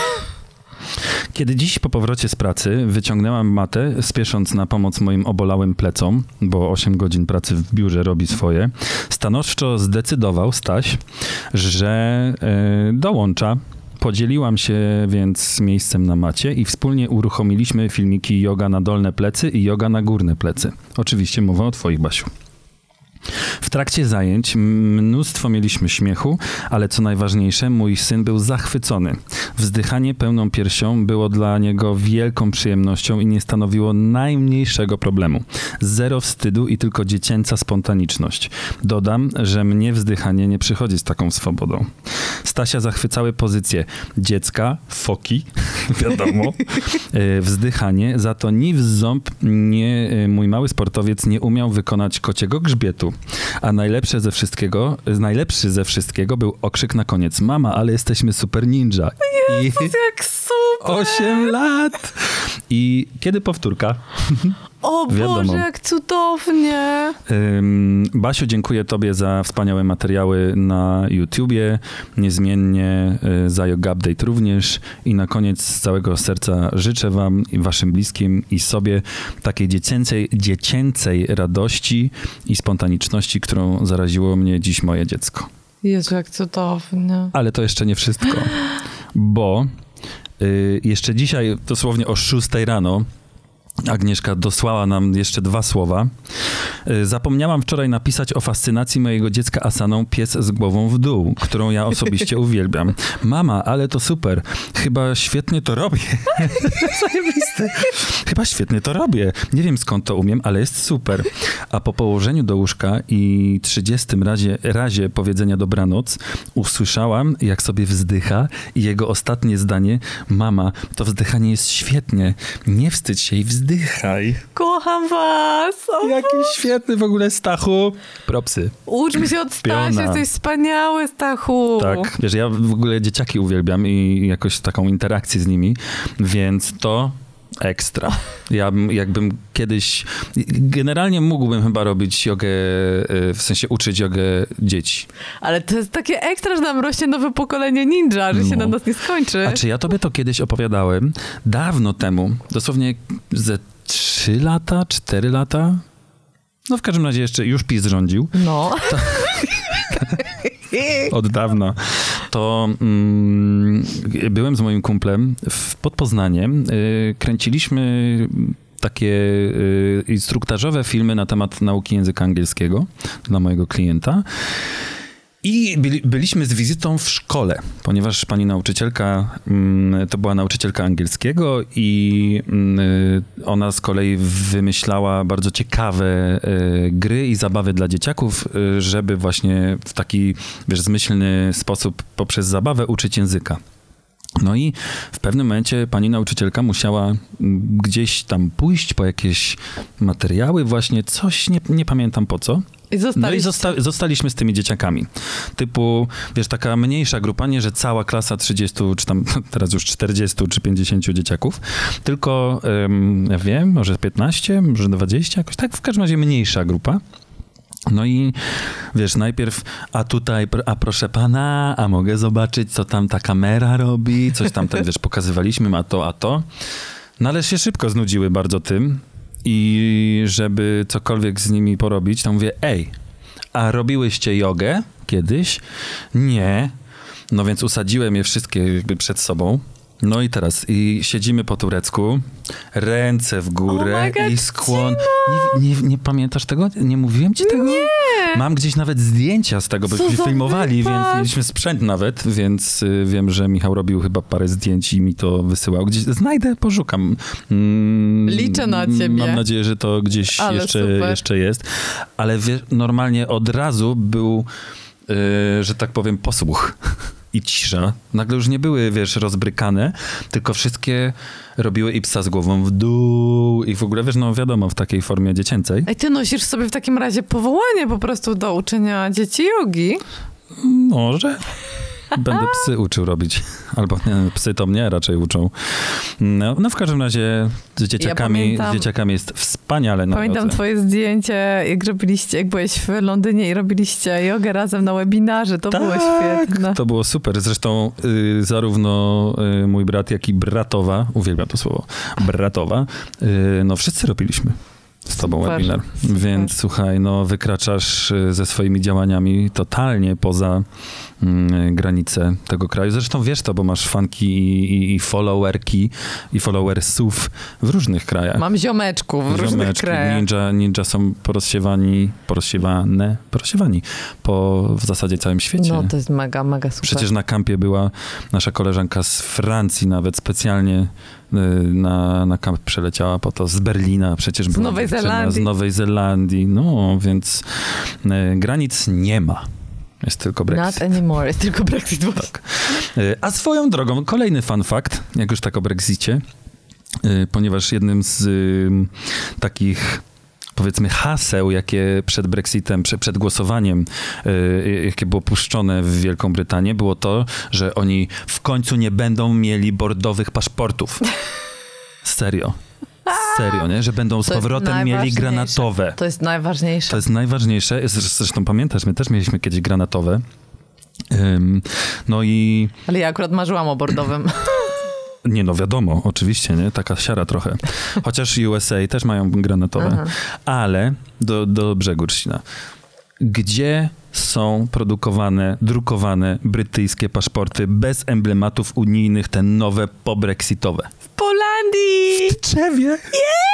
Kiedy dziś po powrocie z pracy wyciągnęłam matę, spiesząc na pomoc moim obolałym plecom, bo osiem godzin pracy w biurze robi swoje, stanowczo zdecydował Staś, że yy, dołącza. Podzieliłam się więc miejscem na macie i wspólnie uruchomiliśmy filmiki joga na dolne plecy i joga na górne plecy. Oczywiście mowa o twoich, Basiu. W trakcie zajęć mnóstwo mieliśmy śmiechu, ale co najważniejsze, mój syn był zachwycony. Wzdychanie pełną piersią było dla niego wielką przyjemnością i nie stanowiło najmniejszego problemu. Zero wstydu i tylko dziecięca spontaniczność. Dodam, że mnie wzdychanie nie przychodzi z taką swobodą. Stasia zachwycały pozycje dziecka, foki, wiadomo, wzdychanie, za to ni w ząb nie, mój mały sportowiec nie umiał wykonać kociego grzbietu. A najlepsze ze wszystkiego, najlepszy ze wszystkiego był okrzyk na koniec. Mama, ale jesteśmy super ninja. Jezus, I jak super! osiem lat! I kiedy powtórka? O Wiadomo. Boże, jak cudownie! Ym, Basiu, dziękuję tobie za wspaniałe materiały na YouTubie, niezmiennie y, za Yoga Update również i na koniec z całego serca życzę wam i waszym bliskim i sobie takiej dziecięcej, dziecięcej radości i spontaniczności, którą zaraziło mnie dziś moje dziecko. Jezu, jak cudownie. Ale to jeszcze nie wszystko, bo y, jeszcze dzisiaj dosłownie o szóstej rano Agnieszka dosłała nam jeszcze dwa słowa. Zapomniałam wczoraj napisać o fascynacji mojego dziecka asaną Pies z głową w dół, którą ja osobiście uwielbiam. Mama, ale to super. Chyba świetnie to robię. Zajebiste. Chyba świetnie to robię. Nie wiem skąd to umiem, ale jest super. A po położeniu do łóżka i trzydziestym razie, razie powiedzenia dobranoc usłyszałam, jak sobie wzdycha i jego ostatnie zdanie: mama, to wzdychanie jest świetnie. Nie wstydź się i wzdychaj. Kocham was! O, Jaki świetny w ogóle, Stachu. Propsy. uczmy się od Stasia, Piona. jesteś wspaniały, Stachu. Tak, wiesz, ja w ogóle dzieciaki uwielbiam i jakoś taką interakcję z nimi, więc to ekstra. Ja bym, jakbym kiedyś, generalnie mógłbym chyba robić jogę, w sensie uczyć jogę dzieci. Ale to jest takie ekstra, że nam rośnie nowe pokolenie ninja, że się No. na nas nie skończy. A czy ja tobie to kiedyś opowiadałem? Dawno temu, dosłownie ze trzy lata, cztery lata? No w każdym razie jeszcze już PiS rządził. No. Od dawna. To mm, byłem z moim kumplem w, pod Poznaniem. Y, kręciliśmy takie y, instruktażowe filmy na temat nauki języka angielskiego dla mojego klienta. I byli, byliśmy z wizytą w szkole, ponieważ pani nauczycielka mm, to była nauczycielka angielskiego i mm, ona z kolei wymyślała bardzo ciekawe y, gry i zabawy dla dzieciaków, y, żeby właśnie w taki, wiesz, zmyślny sposób poprzez zabawę uczyć języka. No i w pewnym momencie pani nauczycielka musiała gdzieś tam pójść po jakieś materiały, właśnie coś, nie, nie pamiętam po co. I No i zosta- zostaliśmy z tymi dzieciakami. Typu, wiesz, taka mniejsza grupa, nie, że cała klasa trzydziestu, czy tam teraz już czterdziestu, czy pięćdziesięciu dzieciaków, tylko, um, ja wiem, może piętnaście, może dwadzieścia, jakoś tak, w każdym razie mniejsza grupa. No i wiesz, najpierw, a tutaj, a proszę pana, a mogę zobaczyć, co tam ta kamera robi, coś tam, tak wiesz, pokazywaliśmy, a to, a to. No ale się szybko znudziły bardzo tym i żeby cokolwiek z nimi porobić, to mówię, ej, a robiłyście jogę kiedyś? Nie. No więc usadziłem je wszystkie jakby przed sobą. No i teraz, i siedzimy po turecku, ręce w górę Oh my God, i skłon. Nie, nie, nie pamiętasz tego? Nie mówiłem ci tego? Nie. Mam gdzieś nawet zdjęcia z tego, Co byśmy za filmowali, wypas. więc mieliśmy sprzęt nawet, więc y, wiem, że Michał robił chyba parę zdjęć i mi to wysyłał. Gdzieś znajdę, poszukam. Mm, Liczę na ciebie. Mam nadzieję, że to gdzieś Ale jeszcze, super. jeszcze jest. Ale wie, normalnie od razu był, y, że tak powiem, posłuch i cisza. Nagle już nie były, wiesz, rozbrykane, tylko wszystkie robiły ipsa z głową w dół i w ogóle, wiesz, no wiadomo, w takiej formie dziecięcej. Ej, ty nosisz sobie w takim razie powołanie po prostu do uczenia dzieci jogi. Może. Będę psy uczył robić. Albo nie, psy to mnie raczej uczą. No, no w każdym razie z dzieciakami, Ja pamiętam- z dzieciakami jest wspaniale na Pamiętam drodze. twoje zdjęcie, jak robiliście, jak byłeś w Londynie i robiliście jogę razem na webinarze. To było świetne. To było super. Zresztą y, zarówno y, mój brat, jak i bratowa, uwielbiam to słowo, bratowa, y, no wszyscy robiliśmy z tobą Super, webinar. super. Więc słuchaj, no wykraczasz y, ze swoimi działaniami totalnie poza y, granice tego kraju. Zresztą wiesz to, bo masz fanki i, i, i followerki i followersów w różnych krajach. Mam ziomeczków w różnych Ziomeczki, krajach. ninja, ninja są porozsiewani, porozsiewane, porozsiewani po w zasadzie całym świecie. No to jest mega, mega super. Przecież na kampie była nasza koleżanka z Francji nawet specjalnie y, na, na kamp przeleciała po to, z Berlina przecież była Nowej dziewczyna, Zelandii. Z Nowej Zelandii, no więc y, granic nie ma. Jest tylko Brexit. Not anymore, jest tylko Brexit. Tak. Y, A swoją drogą, kolejny fun fact, jak już tak o Brexicie, y, ponieważ jednym z y, takich powiedzmy haseł, jakie przed Brexitem, przed, przed głosowaniem, y, jakie było puszczone w Wielką Brytanię, było to, że oni w końcu nie będą mieli bordowych paszportów. Serio. Serio, nie? Że będą z To jest powrotem mieli najważniejsze. granatowe. To jest najważniejsze. To jest najważniejsze. Zresztą pamiętasz, my też mieliśmy kiedyś granatowe. Ym, no i... Ale ja akurat marzyłam o bordowym. Nie no, wiadomo, oczywiście, nie? Taka siara trochę. Chociaż U S A też mają granatowe. Aha. Ale do, do brzegu, Trzcina. Gdzie są produkowane, drukowane brytyjskie paszporty bez emblematów unijnych, te nowe pobrexitowe? W Polandii! W Tczewie? Yeah!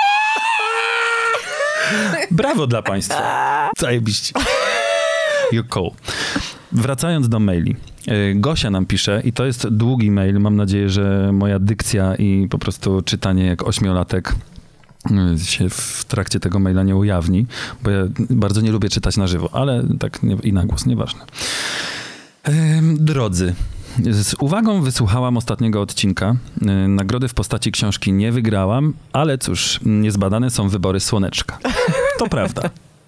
Brawo dla państwa. Zajebiście. You're cool. Wracając do maili. Gosia nam pisze i to jest długi mail. Mam nadzieję, że moja dykcja i po prostu czytanie jak ośmiolatek się w trakcie tego maila nie ujawni, bo ja bardzo nie lubię czytać na żywo, ale tak nie, i na głos, nieważne. Drodzy, z uwagą wysłuchałam ostatniego odcinka. Nagrody w postaci książki nie wygrałam, ale cóż, niezbadane są wybory Słoneczka. To prawda.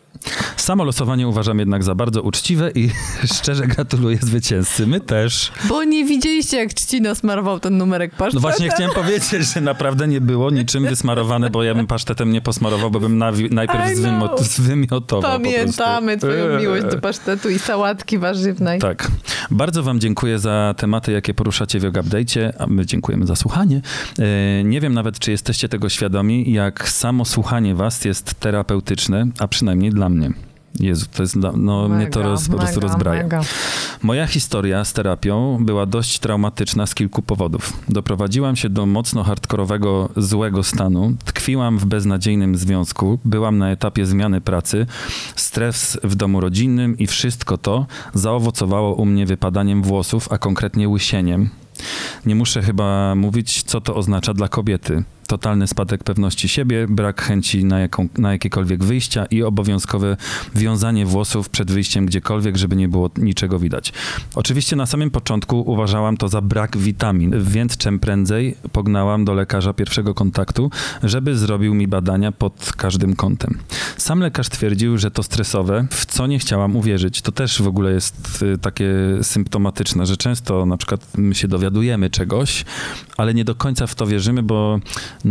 Samo losowanie uważam jednak za bardzo uczciwe i szczerze gratuluję zwycięzcy. My też. Bo nie widzieliście, jak Trzcina smarował ten numerek pasztetem. No właśnie chciałem powiedzieć, że naprawdę nie było niczym wysmarowane, bo ja bym pasztetem nie posmarował, bo bym nawi- najpierw zwymio- zwymiotował. Pamiętamy po prostu. twoją miłość do pasztetu i sałatki warzywnej. Tak. Bardzo wam dziękuję za tematy, jakie poruszacie w Yoga Update'cie, a my dziękujemy za słuchanie. Nie wiem nawet, czy jesteście tego świadomi, jak samo słuchanie was jest terapeutyczne, a przynajmniej dla mnie. Jezu, to jest, no mega, mnie to roz, po prostu mega, rozbraja. mega. Moja historia z terapią była dość traumatyczna z kilku powodów. Doprowadziłam się do mocno hardkorowego, złego stanu, tkwiłam w beznadziejnym związku, byłam na etapie zmiany pracy, stres w domu rodzinnym i wszystko to zaowocowało u mnie wypadaniem włosów, a konkretnie łysieniem. Nie muszę chyba mówić, co to oznacza dla kobiety. Totalny spadek pewności siebie, brak chęci na, jaką, na jakiekolwiek wyjścia i obowiązkowe wiązanie włosów przed wyjściem gdziekolwiek, żeby nie było niczego widać. Oczywiście na samym początku uważałam to za brak witamin, więc czym prędzej pognałam do lekarza pierwszego kontaktu, żeby zrobił mi badania pod każdym kątem. Sam lekarz twierdził, że to stresowe, w co nie chciałam uwierzyć. To też w ogóle jest y, takie symptomatyczne, że często na przykład my się dowiadujemy czegoś, ale nie do końca w to wierzymy, bo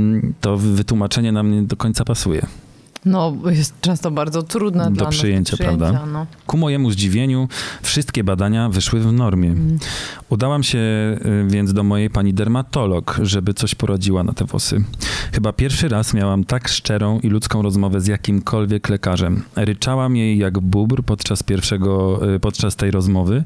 to wytłumaczenie nam nie do końca pasuje. No, jest często bardzo trudne do dla nas przyjęcia, do przyjęcia, prawda? No. Ku mojemu zdziwieniu wszystkie badania wyszły w normie. Mm. Udałam się więc do mojej pani dermatolog, żeby coś poradziła na te włosy. Chyba pierwszy raz miałam tak szczerą i ludzką rozmowę z jakimkolwiek lekarzem. Ryczałam jej jak bóbr podczas pierwszego, podczas tej rozmowy,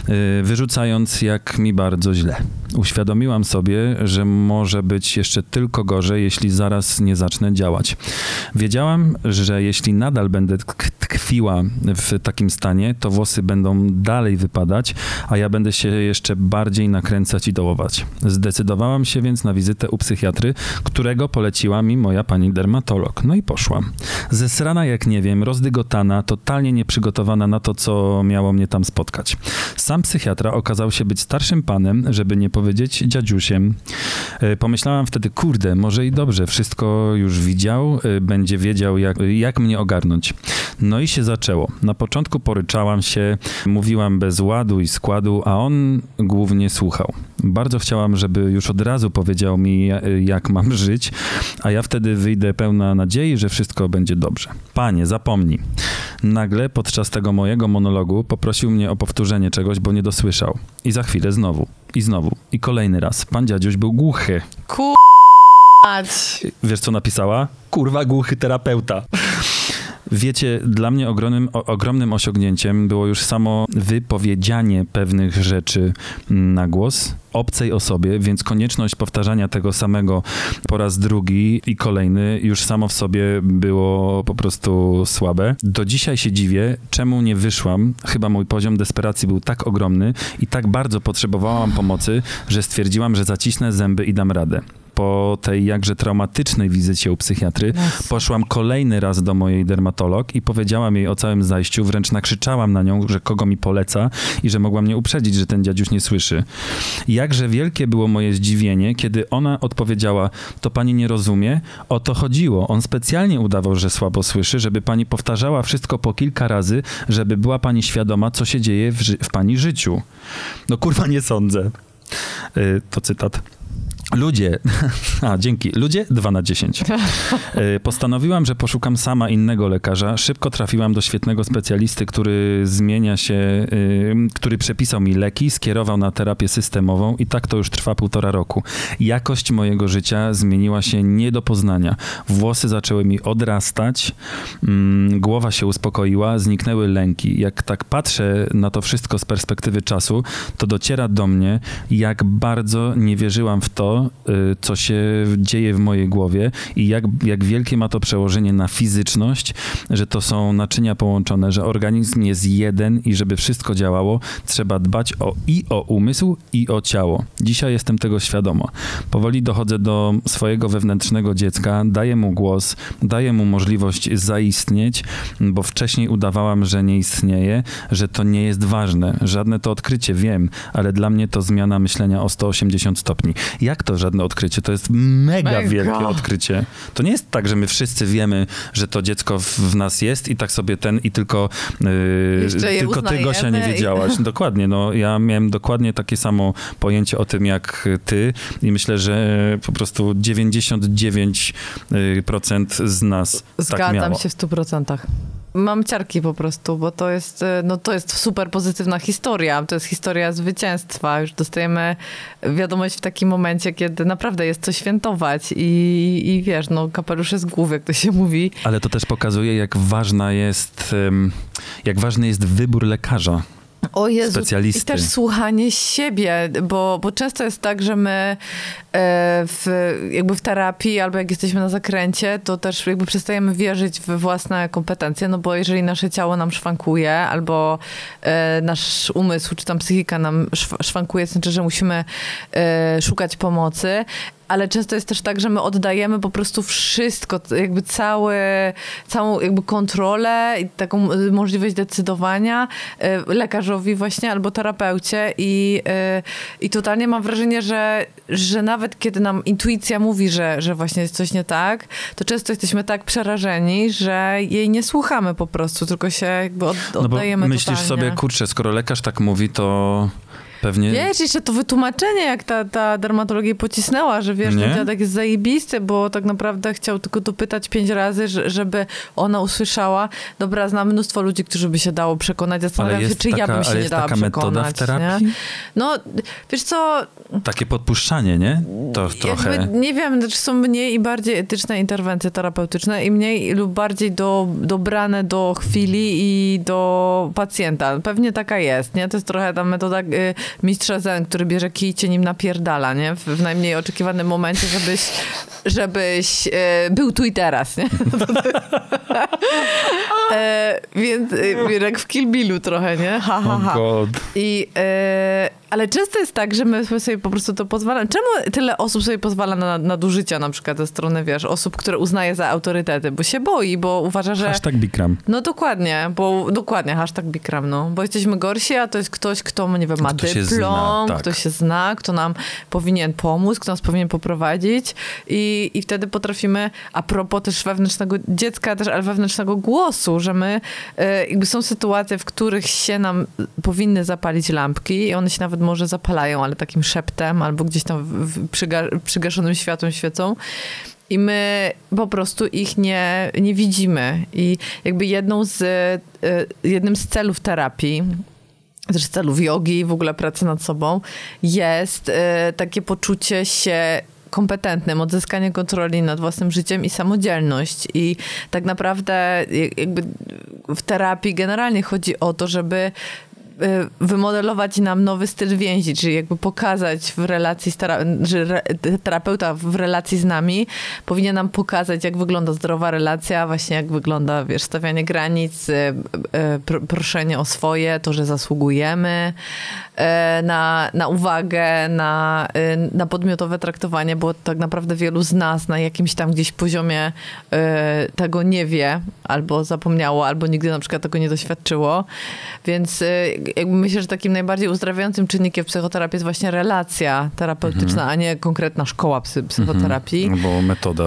wyrzucając jak mi bardzo źle. Uświadomiłam sobie, że może być jeszcze tylko gorzej, jeśli zaraz nie zacznę działać. Wiedziałam, że jeśli nadal będę tkwiła w takim stanie, to włosy będą dalej wypadać, a ja będę się jeszcze bardziej nakręcać i dołować. Zdecydowałam się więc na wizytę u psychiatry, którego poleciła mi moja pani dermatolog. No i poszłam. Zesrana jak nie wiem, rozdygotana, totalnie nieprzygotowana na to, co miało mnie tam spotkać. Sam psychiatra okazał się być starszym panem, żeby nie powiedzieć dziadziusiem. Pomyślałam wtedy, kurde, może i dobrze, wszystko już widział, będzie wiedział, Jak, jak mnie ogarnąć. No i się zaczęło. Na początku poryczałam się, mówiłam bez ładu i składu, a on głównie słuchał. Bardzo chciałam, żeby już od razu powiedział mi, jak mam żyć, a ja wtedy wyjdę pełna nadziei, że wszystko będzie dobrze. Panie, zapomnij. Nagle podczas tego mojego monologu poprosił mnie o powtórzenie czegoś, bo nie dosłyszał. I za chwilę znowu. I znowu. I kolejny raz. Pan dziadziuś był głuchy. Ku... Wiesz, co napisała? Kurwa, głuchy terapeuta. Wiecie, dla mnie ogromnym, o, ogromnym osiągnięciem było już samo wypowiedzianie pewnych rzeczy na głos obcej osobie, więc konieczność powtarzania tego samego po raz drugi i kolejny już samo w sobie było po prostu słabe. Do dzisiaj się dziwię, czemu nie wyszłam. Chyba mój poziom desperacji był tak ogromny i tak bardzo potrzebowałam pomocy, że stwierdziłam, że zacisnę zęby i dam radę. Po tej jakże traumatycznej wizycie u psychiatry yes. poszłam kolejny raz do mojej dermatolog i powiedziałam jej o całym zajściu, wręcz nakrzyczałam na nią, że kogo mi poleca i że mogła mnie uprzedzić, że ten dziadziuś nie słyszy. Jakże wielkie było moje zdziwienie, kiedy ona odpowiedziała, to pani nie rozumie? O to chodziło. On specjalnie udawał, że słabo słyszy, żeby pani powtarzała wszystko po kilka razy, żeby była pani świadoma, co się dzieje w, ży- w pani życiu. No kurwa, nie sądzę. Yy, to cytat. Ludzie, a dzięki, ludzie dwa na dziesięć. Postanowiłam, że poszukam sama innego lekarza. Szybko trafiłam do świetnego specjalisty, który zmienia się, który przepisał mi leki, skierował na terapię systemową i tak to już trwa półtora roku. Jakość mojego życia zmieniła się nie do poznania. Włosy zaczęły mi odrastać, głowa się uspokoiła, zniknęły lęki. Jak tak patrzę na to wszystko z perspektywy czasu, to dociera do mnie, jak bardzo nie wierzyłam w to, co się dzieje w mojej głowie i jak, jak wielkie ma to przełożenie na fizyczność, że to są naczynia połączone, że organizm jest jeden i żeby wszystko działało, trzeba dbać o, i o umysł, i o ciało. Dzisiaj jestem tego świadoma. Powoli dochodzę do swojego wewnętrznego dziecka, daję mu głos, daję mu możliwość zaistnieć, bo wcześniej udawałam, że nie istnieje, że to nie jest ważne. Żadne to odkrycie, wiem, ale dla mnie to zmiana myślenia o sto osiemdziesiąt stopni. Jak to żadne odkrycie? To jest mega, mega wielkie odkrycie. To nie jest tak, że my wszyscy wiemy, że to dziecko w, w nas jest i tak sobie ten i tylko, yy, tylko ty, Gosia, nie wiedziałaś. I... Dokładnie, no ja miałem dokładnie takie samo pojęcie o tym jak ty i myślę, że po prostu dziewięćdziesiąt dziewięć procent z nas Zgadzam tak miało. Zgadzam się w stu procentach. Mam ciarki po prostu, bo to jest, no to jest super pozytywna historia. To jest historia zwycięstwa. Już dostajemy wiadomość w takim momencie, kiedy naprawdę jest co świętować i, i wiesz, no kapelusze z głów, jak to się mówi. Ale to też pokazuje, jak ważna jest, jak ważny jest wybór lekarza. O Jezu, specjalisty. I też słuchanie siebie, bo, bo często jest tak, że my w, jakby w terapii albo jak jesteśmy na zakręcie, to też jakby przestajemy wierzyć w własne kompetencje, no bo jeżeli nasze ciało nam szwankuje albo nasz umysł czy tam psychika nam szwankuje, to znaczy, że musimy szukać pomocy. Ale często jest też tak, że my oddajemy po prostu wszystko, jakby cały, całą jakby kontrolę i taką możliwość decydowania lekarzowi właśnie albo terapeucie i, i totalnie mam wrażenie, że, że nawet kiedy nam intuicja mówi, że, że właśnie jest coś nie tak, to często jesteśmy tak przerażeni, że jej nie słuchamy po prostu, tylko się jakby od, oddajemy no bo myślisz totalnie. sobie, kurczę, skoro lekarz tak mówi, to... Pewnie... Wiesz, jeszcze to wytłumaczenie, jak ta, ta dermatologia pocisnęła, że wiesz, ten dziadek jest zajebisty, bo tak naprawdę chciał tylko dopytać pięć razy, żeby ona usłyszała. Dobra, znam mnóstwo ludzi, którzy by się dało przekonać. Zastanawiam się, czy taka, ja bym się nie dała przekonać. Ale jest taka metoda w terapii? Nie? No, wiesz co... Takie podpuszczanie, nie? To trochę... Jakby, nie wiem, czy są mniej i bardziej etyczne interwencje terapeutyczne i mniej lub bardziej do, dobrane do chwili i do pacjenta. Pewnie taka jest, nie? To jest trochę ta metoda... Y, mistrza zen, który bierze kij i cię nim napierdala, nie? W, w najmniej oczekiwanym momencie, żebyś, żebyś e, był tu i teraz, nie? e, więc e, jak w Kill Billu trochę, nie? Ha, ha, ha. Oh God. I, e, ale często jest tak, że my sobie po prostu to pozwalamy. Czemu tyle osób sobie pozwala na nadużycia na przykład ze strony, wiesz, osób, które uznaje za autorytety? Bo się boi, bo uważa, że... Hashtag Bikram. No dokładnie, bo dokładnie, hashtag Bikram, no. Bo jesteśmy gorsi, a to jest ktoś, kto, nie wiem, ma kto dyplom, się zna, tak. kto się zna, kto nam powinien pomóc, kto nas powinien poprowadzić i, i wtedy potrafimy, a propos też wewnętrznego dziecka, też, ale wewnętrznego głosu, że my, jakby są sytuacje, w których się nam powinny zapalić lampki i one się nawet może zapalają, ale takim szeptem albo gdzieś tam w przyga- przygaszonym światłem świecą. I my po prostu ich nie, nie widzimy. I jakby jedną z, jednym z celów terapii, też z celów jogi, w ogóle pracy nad sobą, jest takie poczucie się kompetentnym, odzyskanie kontroli nad własnym życiem i samodzielność. I tak naprawdę jakby w terapii generalnie chodzi o to, żeby wymodelować nam nowy styl więzi, czyli jakby pokazać w relacji, że terapeuta w relacji z nami powinien nam pokazać, jak wygląda zdrowa relacja, właśnie jak wygląda, wiesz, stawianie granic, proszenie o swoje, to, że zasługujemy na, na uwagę, na, na podmiotowe traktowanie, bo tak naprawdę wielu z nas na jakimś tam gdzieś poziomie tego nie wie, albo zapomniało, albo nigdy na przykład tego nie doświadczyło, więc jakby myślę, że takim najbardziej uzdrawiającym czynnikiem w psychoterapii jest właśnie relacja terapeutyczna, mhm. a nie konkretna szkoła psy, psychoterapii. Mhm. Albo metoda.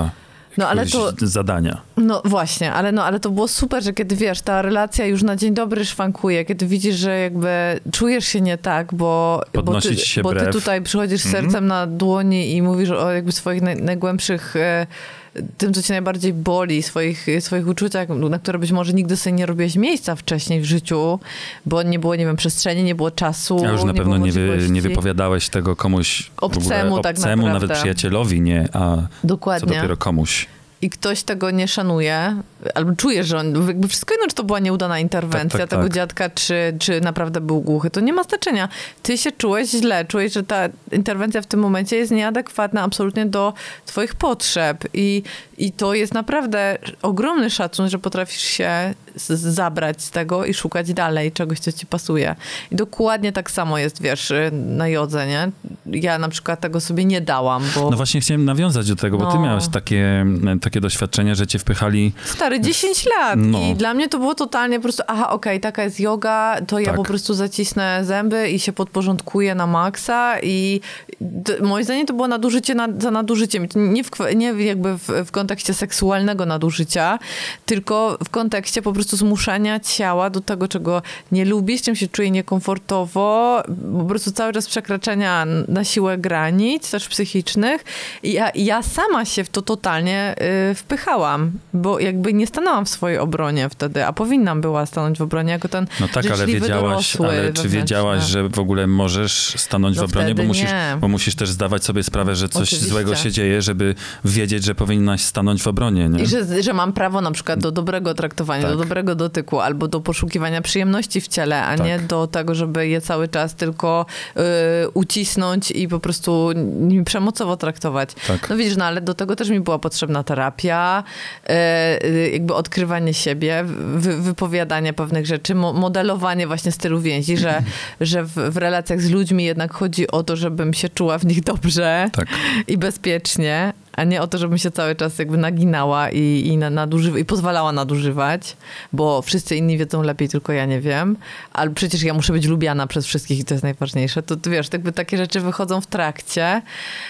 No ale to... zadania. No właśnie, ale, no, ale to było super, że kiedy wiesz, ta relacja już na dzień dobry szwankuje, kiedy widzisz, że jakby czujesz się nie tak, bo, bo, ty, się bo ty tutaj przychodzisz mm-hmm. sercem na dłoni i mówisz o jakby swoich naj, najgłębszych, e, tym, co cię najbardziej boli, swoich, swoich uczuciach, na które być może nigdy sobie nie robiłeś miejsca wcześniej w życiu, bo nie było, nie wiem, przestrzeni, nie było czasu. A już na nie pewno nie, wy, nie wypowiadałeś wypowiadałeś tego komuś, obcemu, w ogóle, tak obcemu naprawdę. nawet przyjacielowi, nie, a Dokładnie. co dopiero komuś. I ktoś tego nie szanuje, albo czuje, że on, jakby wszystko jedno, czy to była nieudana interwencja tak, tak, tego tak. dziadka, czy, czy naprawdę był głuchy, to nie ma znaczenia. Ty się czułeś źle, czułeś, że ta interwencja w tym momencie jest nieadekwatna absolutnie do twoich potrzeb i, i to jest naprawdę ogromny szacun, że potrafisz się z- zabrać z tego i szukać dalej czegoś, co ci pasuje. I dokładnie tak samo jest, wiesz, na jodze, nie? Ja na przykład tego sobie nie dałam, bo... No właśnie chciałem nawiązać do tego, bo ty No. miałeś takie, takie doświadczenie, że cię wpychali... Stary, dziesięć lat. No. I dla mnie to było totalnie po prostu, aha, okej, okay, taka jest joga, to ja Tak. po prostu zacisnę zęby i się podporządkuję na maksa i d- moim zdaniem to było nadużycie na, za nadużyciem. Nie, w, nie jakby w, w kontekście seksualnego nadużycia, tylko w kontekście po prostu zmuszania ciała do tego, czego nie lubisz, czym się czuje niekomfortowo, po prostu cały czas przekraczania na siłę granic, też psychicznych. I ja, ja sama się w to totalnie y, wpychałam, bo jakby nie stanęłam w swojej obronie wtedy, a powinnam była stanąć w obronie jako ten No tak, ale życzliwy, wiedziałaś, dorosły, ale czy wewnętrzny. wiedziałaś, że w ogóle możesz stanąć No w obronie, bo wtedy musisz, nie. bo musisz też zdawać sobie sprawę, że coś Oczywiście. złego się dzieje, żeby wiedzieć, że powinnaś stanąć w obronie, nie? I że, że mam prawo na przykład do dobrego traktowania, Tak. do dobrego dotyku, albo do poszukiwania przyjemności w ciele, a Tak. nie do tego, żeby je cały czas tylko y, ucisnąć i po prostu nimi przemocowo traktować. Tak. No widzisz, no ale do tego też mi była potrzebna terapia, y, y, jakby odkrywanie siebie, wy, wypowiadanie pewnych rzeczy, mo, modelowanie właśnie stylu więzi, że, że w, w relacjach z ludźmi jednak chodzi o to, żebym się czuła w nich dobrze Tak. i bezpiecznie, a nie o to, żebym się cały czas jakby naginała i, i, nadużywa, i pozwalała nadużywać, bo wszyscy inni wiedzą lepiej, tylko ja nie wiem. Ale przecież ja muszę być lubiana przez wszystkich i to jest najważniejsze. To, to wiesz, jakby takie rzeczy wychodzą w trakcie.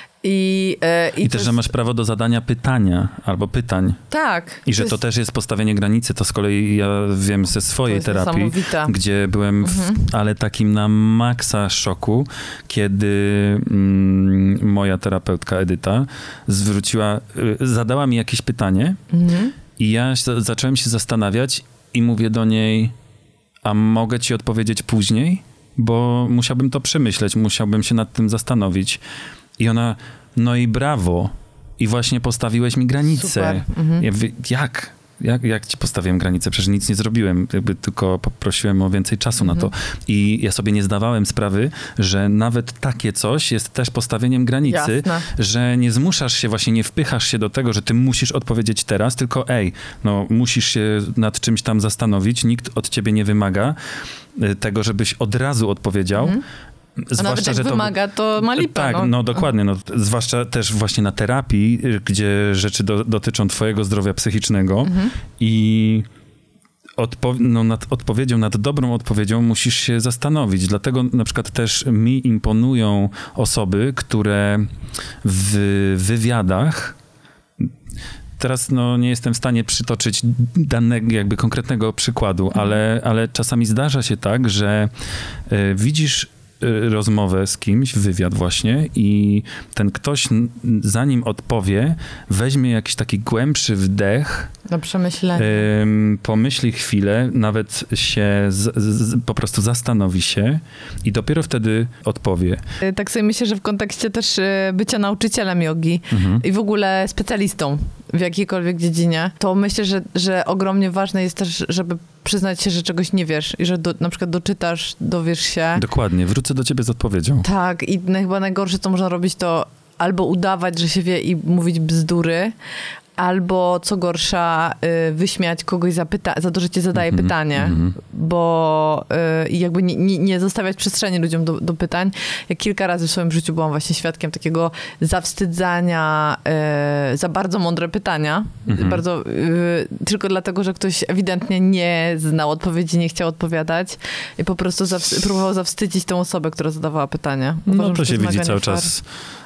I, e, I, i też, to że jest- masz prawo do zadania pytania albo pytań. Tak. I że to jest- też jest postawienie granicy. To z kolei ja wiem ze swojej jest terapii, niesamowite. gdzie byłem w, ale takim na maksa szoku, kiedy mm, moja terapeutka Edyta zwróciła, y, zadała mi jakieś pytanie Mhm. i ja się, zacząłem się zastanawiać i mówię do niej, a mogę ci odpowiedzieć później? Bo musiałbym to przemyśleć, musiałbym się nad tym zastanowić. I ona, no i brawo. I właśnie postawiłeś mi granicę. Super. Mhm. Ja mówię, jak? Jak, jak ci postawiłem granicę? Przecież nic nie zrobiłem, jakby tylko poprosiłem o więcej czasu na to. I ja sobie nie zdawałem sprawy, że nawet takie coś jest też postawieniem granicy, Jasne. że nie zmuszasz się, właśnie nie wpychasz się do tego, że ty musisz odpowiedzieć teraz, tylko ej, no musisz się nad czymś tam zastanowić, nikt od ciebie nie wymaga y, tego, żebyś od razu odpowiedział. Mhm. A nawet jak że wymaga, to ma lipa. Tak, no, no dokładnie. No, zwłaszcza też właśnie na terapii, y, gdzie rzeczy do, dotyczą twojego zdrowia psychicznego Mhm. i odpo- no, nad odpowiedzią, nad dobrą odpowiedzią musisz się zastanowić. Dlatego na przykład też mi imponują osoby, które w wywiadach teraz no, nie jestem w stanie przytoczyć danego, jakby konkretnego przykładu, ale, ale czasami zdarza się tak, że y, widzisz y, rozmowę z kimś, wywiad właśnie i ten ktoś n- zanim odpowie, weźmie jakiś taki głębszy wdech, Do przemyślenia. ym, pomyśli chwilę, nawet się z, z, po prostu zastanowi się i dopiero wtedy odpowie. Tak sobie myślę, że w kontekście też y, bycia nauczycielem jogi Mhm. i w ogóle specjalistą w jakiejkolwiek dziedzinie, to myślę, że, że ogromnie ważne jest też, żeby przyznać się, że czegoś nie wiesz i że do, na przykład doczytasz, dowiesz się. Dokładnie, wrócę do ciebie z odpowiedzią. Tak, i naj- chyba najgorsze, co można robić, to albo udawać, że się wie i mówić bzdury, albo co gorsza, y, wyśmiać kogoś za, pyta- za to, że ci zadaje Mhm, pytanie, mhm. bo y, i jakby nie, nie, nie zostawiać przestrzeni ludziom do, do pytań. Ja kilka razy w swoim życiu byłam właśnie świadkiem takiego zawstydzania y, za bardzo mądre pytania, Mhm. bardzo, y, tylko dlatego, że ktoś ewidentnie nie znał odpowiedzi, nie chciał odpowiadać i po prostu zawst- próbował zawstydzić tą osobę, która zadawała pytanie. No Uważam, to że się jest widzi mega cały nie fair. czas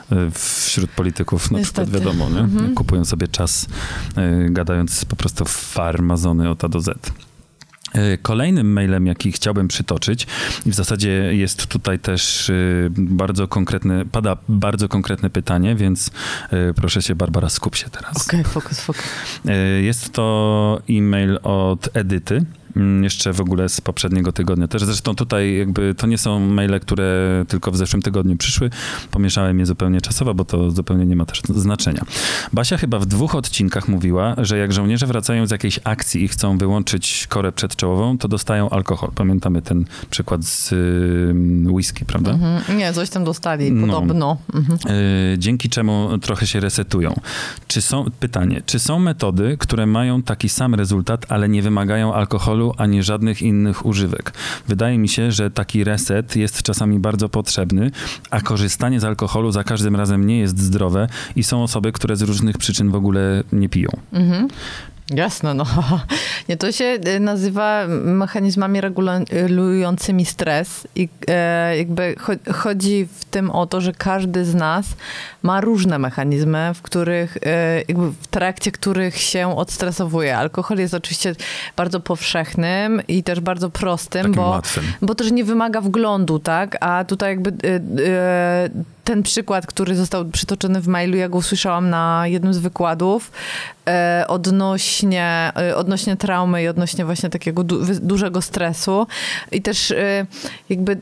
wśród polityków na Niestety. przykład, wiadomo, nie? Mhm. Kupują sobie czas, y, gadając po prostu farmazony od A do Z. Kolejnym mailem, jaki chciałbym przytoczyć, i w zasadzie jest tutaj też bardzo konkretne, pada bardzo konkretne pytanie, więc proszę cię, Barbara, skup się teraz. Okej, okay, fokus, fokus. Jest to e-mail od Edyty, jeszcze w ogóle z poprzedniego tygodnia też. Zresztą tutaj jakby to nie są maile, które tylko w zeszłym tygodniu przyszły. Pomieszałem je zupełnie czasowo, bo to zupełnie nie ma też znaczenia. Basia chyba w dwóch odcinkach mówiła, że jak żołnierze wracają z jakiejś akcji i chcą wyłączyć korę przedczołową, to dostają alkohol. Pamiętamy ten przykład z y, whisky, prawda? Mhm. Nie, coś tam dostali, podobno. No. Mhm. Y, dzięki czemu trochę się resetują. Czy są, pytanie, czy są metody, które mają taki sam rezultat, ale nie wymagają alkoholu ani żadnych innych używek? Wydaje mi się, że taki reset jest czasami bardzo potrzebny, a korzystanie z alkoholu za każdym razem nie jest zdrowe i są osoby, które z różnych przyczyn w ogóle nie piją. Mhm. Jasne, no. Nie, to się nazywa mechanizmami regulującymi stres i e, jakby cho- chodzi w tym o to, że każdy z nas ma różne mechanizmy, w których, e, jakby w trakcie których się odstresowuje. Alkohol jest oczywiście bardzo powszechnym i też bardzo prostym, Takim bo, łatwym. bo też nie wymaga wglądu, tak? A tutaj jakby e, e, ten przykład, który został przytoczony w mailu, ja go usłyszałam na jednym z wykładów e, odnośnie, e, odnośnie traumy i odnośnie właśnie takiego du- dużego stresu. I też e, jakby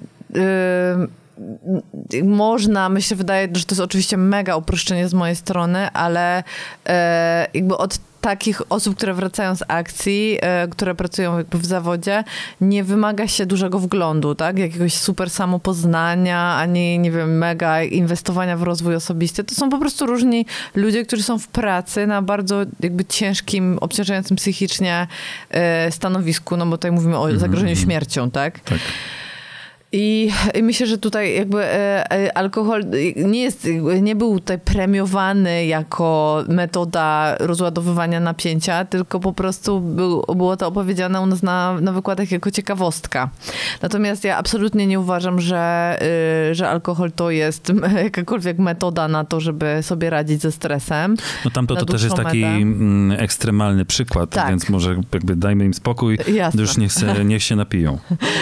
e, można, mi się wydaje, że to jest oczywiście mega uproszczenie z mojej strony, ale e, jakby od takich osób, które wracają z akcji, e, które pracują jakby w zawodzie, nie wymaga się dużego wglądu, tak? Jakiegoś super samopoznania, ani, nie wiem, mega inwestowania w rozwój osobisty. To są po prostu różni ludzie, którzy są w pracy na bardzo jakby ciężkim, obciążającym psychicznie e, stanowisku, no bo tutaj mówimy o zagrożeniu mm-hmm. śmiercią, tak? Tak. I, I myślę, że tutaj jakby e, e, alkohol nie jest, nie był tutaj premiowany jako metoda rozładowywania napięcia, tylko po prostu był, było to opowiedziane u nas na, na wykładach jako ciekawostka. Natomiast ja absolutnie nie uważam, że, y, że alkohol to jest jakakolwiek metoda na to, żeby sobie radzić ze stresem. No tamto to też jest taki m, ekstremalny przykład, tak. Więc może jakby dajmy im spokój, Jasne. Już niech, se, niech się napiją.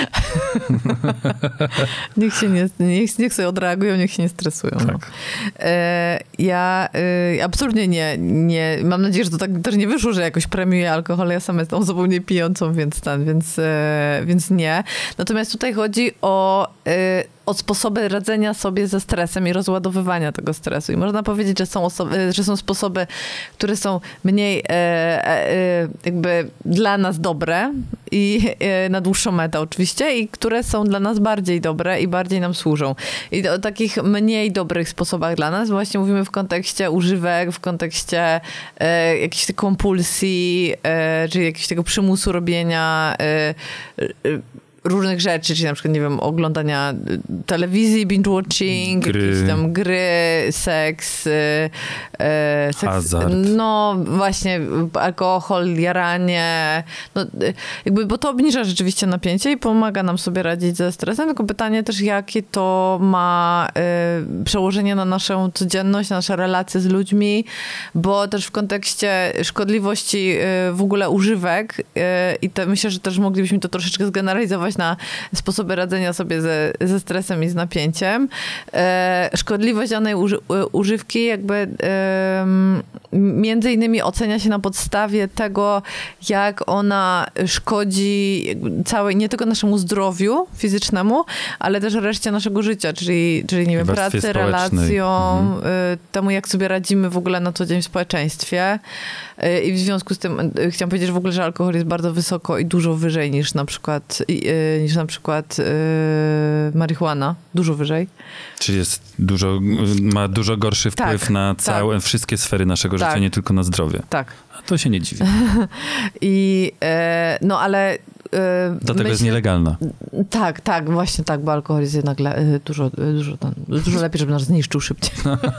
Niech się nie, niech, niech sobie odreagują, niech się nie stresują. Tak. No. E, ja e, absolutnie nie, nie, mam nadzieję, że to tak też nie wyszło, że jakoś premiuję alkohol, ja sama jestem osobą niepijącą, więc ten, więc, e, więc nie. Natomiast tutaj chodzi o e, o sposoby radzenia sobie ze stresem i rozładowywania tego stresu. I można powiedzieć, że są, osoby, że są sposoby, które są mniej e, e, jakby dla nas dobre i e, na dłuższą metę oczywiście, i które są dla nas bardziej dobre i bardziej nam służą. I o takich mniej dobrych sposobach dla nas właśnie mówimy w kontekście używek, w kontekście e, jakiejś kompulsji, e, czyli jakiegoś tego przymusu robienia e, e, różnych rzeczy, czyli na przykład, nie wiem, oglądania telewizji, binge-watching, gry. jakieś tam gry, seks, e, seks, hazard. No właśnie, alkohol, jaranie, no jakby, bo to obniża rzeczywiście napięcie i pomaga nam sobie radzić ze stresem, tylko pytanie też, jakie to ma e, przełożenie na naszą codzienność, na nasze relacje z ludźmi, bo też w kontekście szkodliwości e, w ogóle używek e, i to myślę, że też moglibyśmy to troszeczkę zgeneralizować na sposoby radzenia sobie ze, ze stresem i z napięciem. E, szkodliwość danej uży, używki jakby e, między innymi ocenia się na podstawie tego, jak ona szkodzi całej, nie tylko naszemu zdrowiu fizycznemu, ale też reszcie naszego życia, czyli, czyli nie wiem, pracy, relacjom, mhm. temu, jak sobie radzimy w ogóle na co dzień w społeczeństwie. I w związku z tym chciałam powiedzieć w ogóle, że alkohol jest bardzo wysoko i dużo wyżej niż na przykład niż na przykład yy, marihuana. Dużo wyżej. Czyli jest dużo, ma dużo gorszy wpływ tak, na całe, tak. wszystkie sfery naszego tak. życia, nie tylko na zdrowie. Tak. A to się nie dziwi. I e, no ale... E, Dlatego myślę, jest nielegalna. Tak, tak, właśnie tak, bo alkohol jest jednak le, dużo, dużo, dużo lepiej, żeby nas zniszczył szybciej.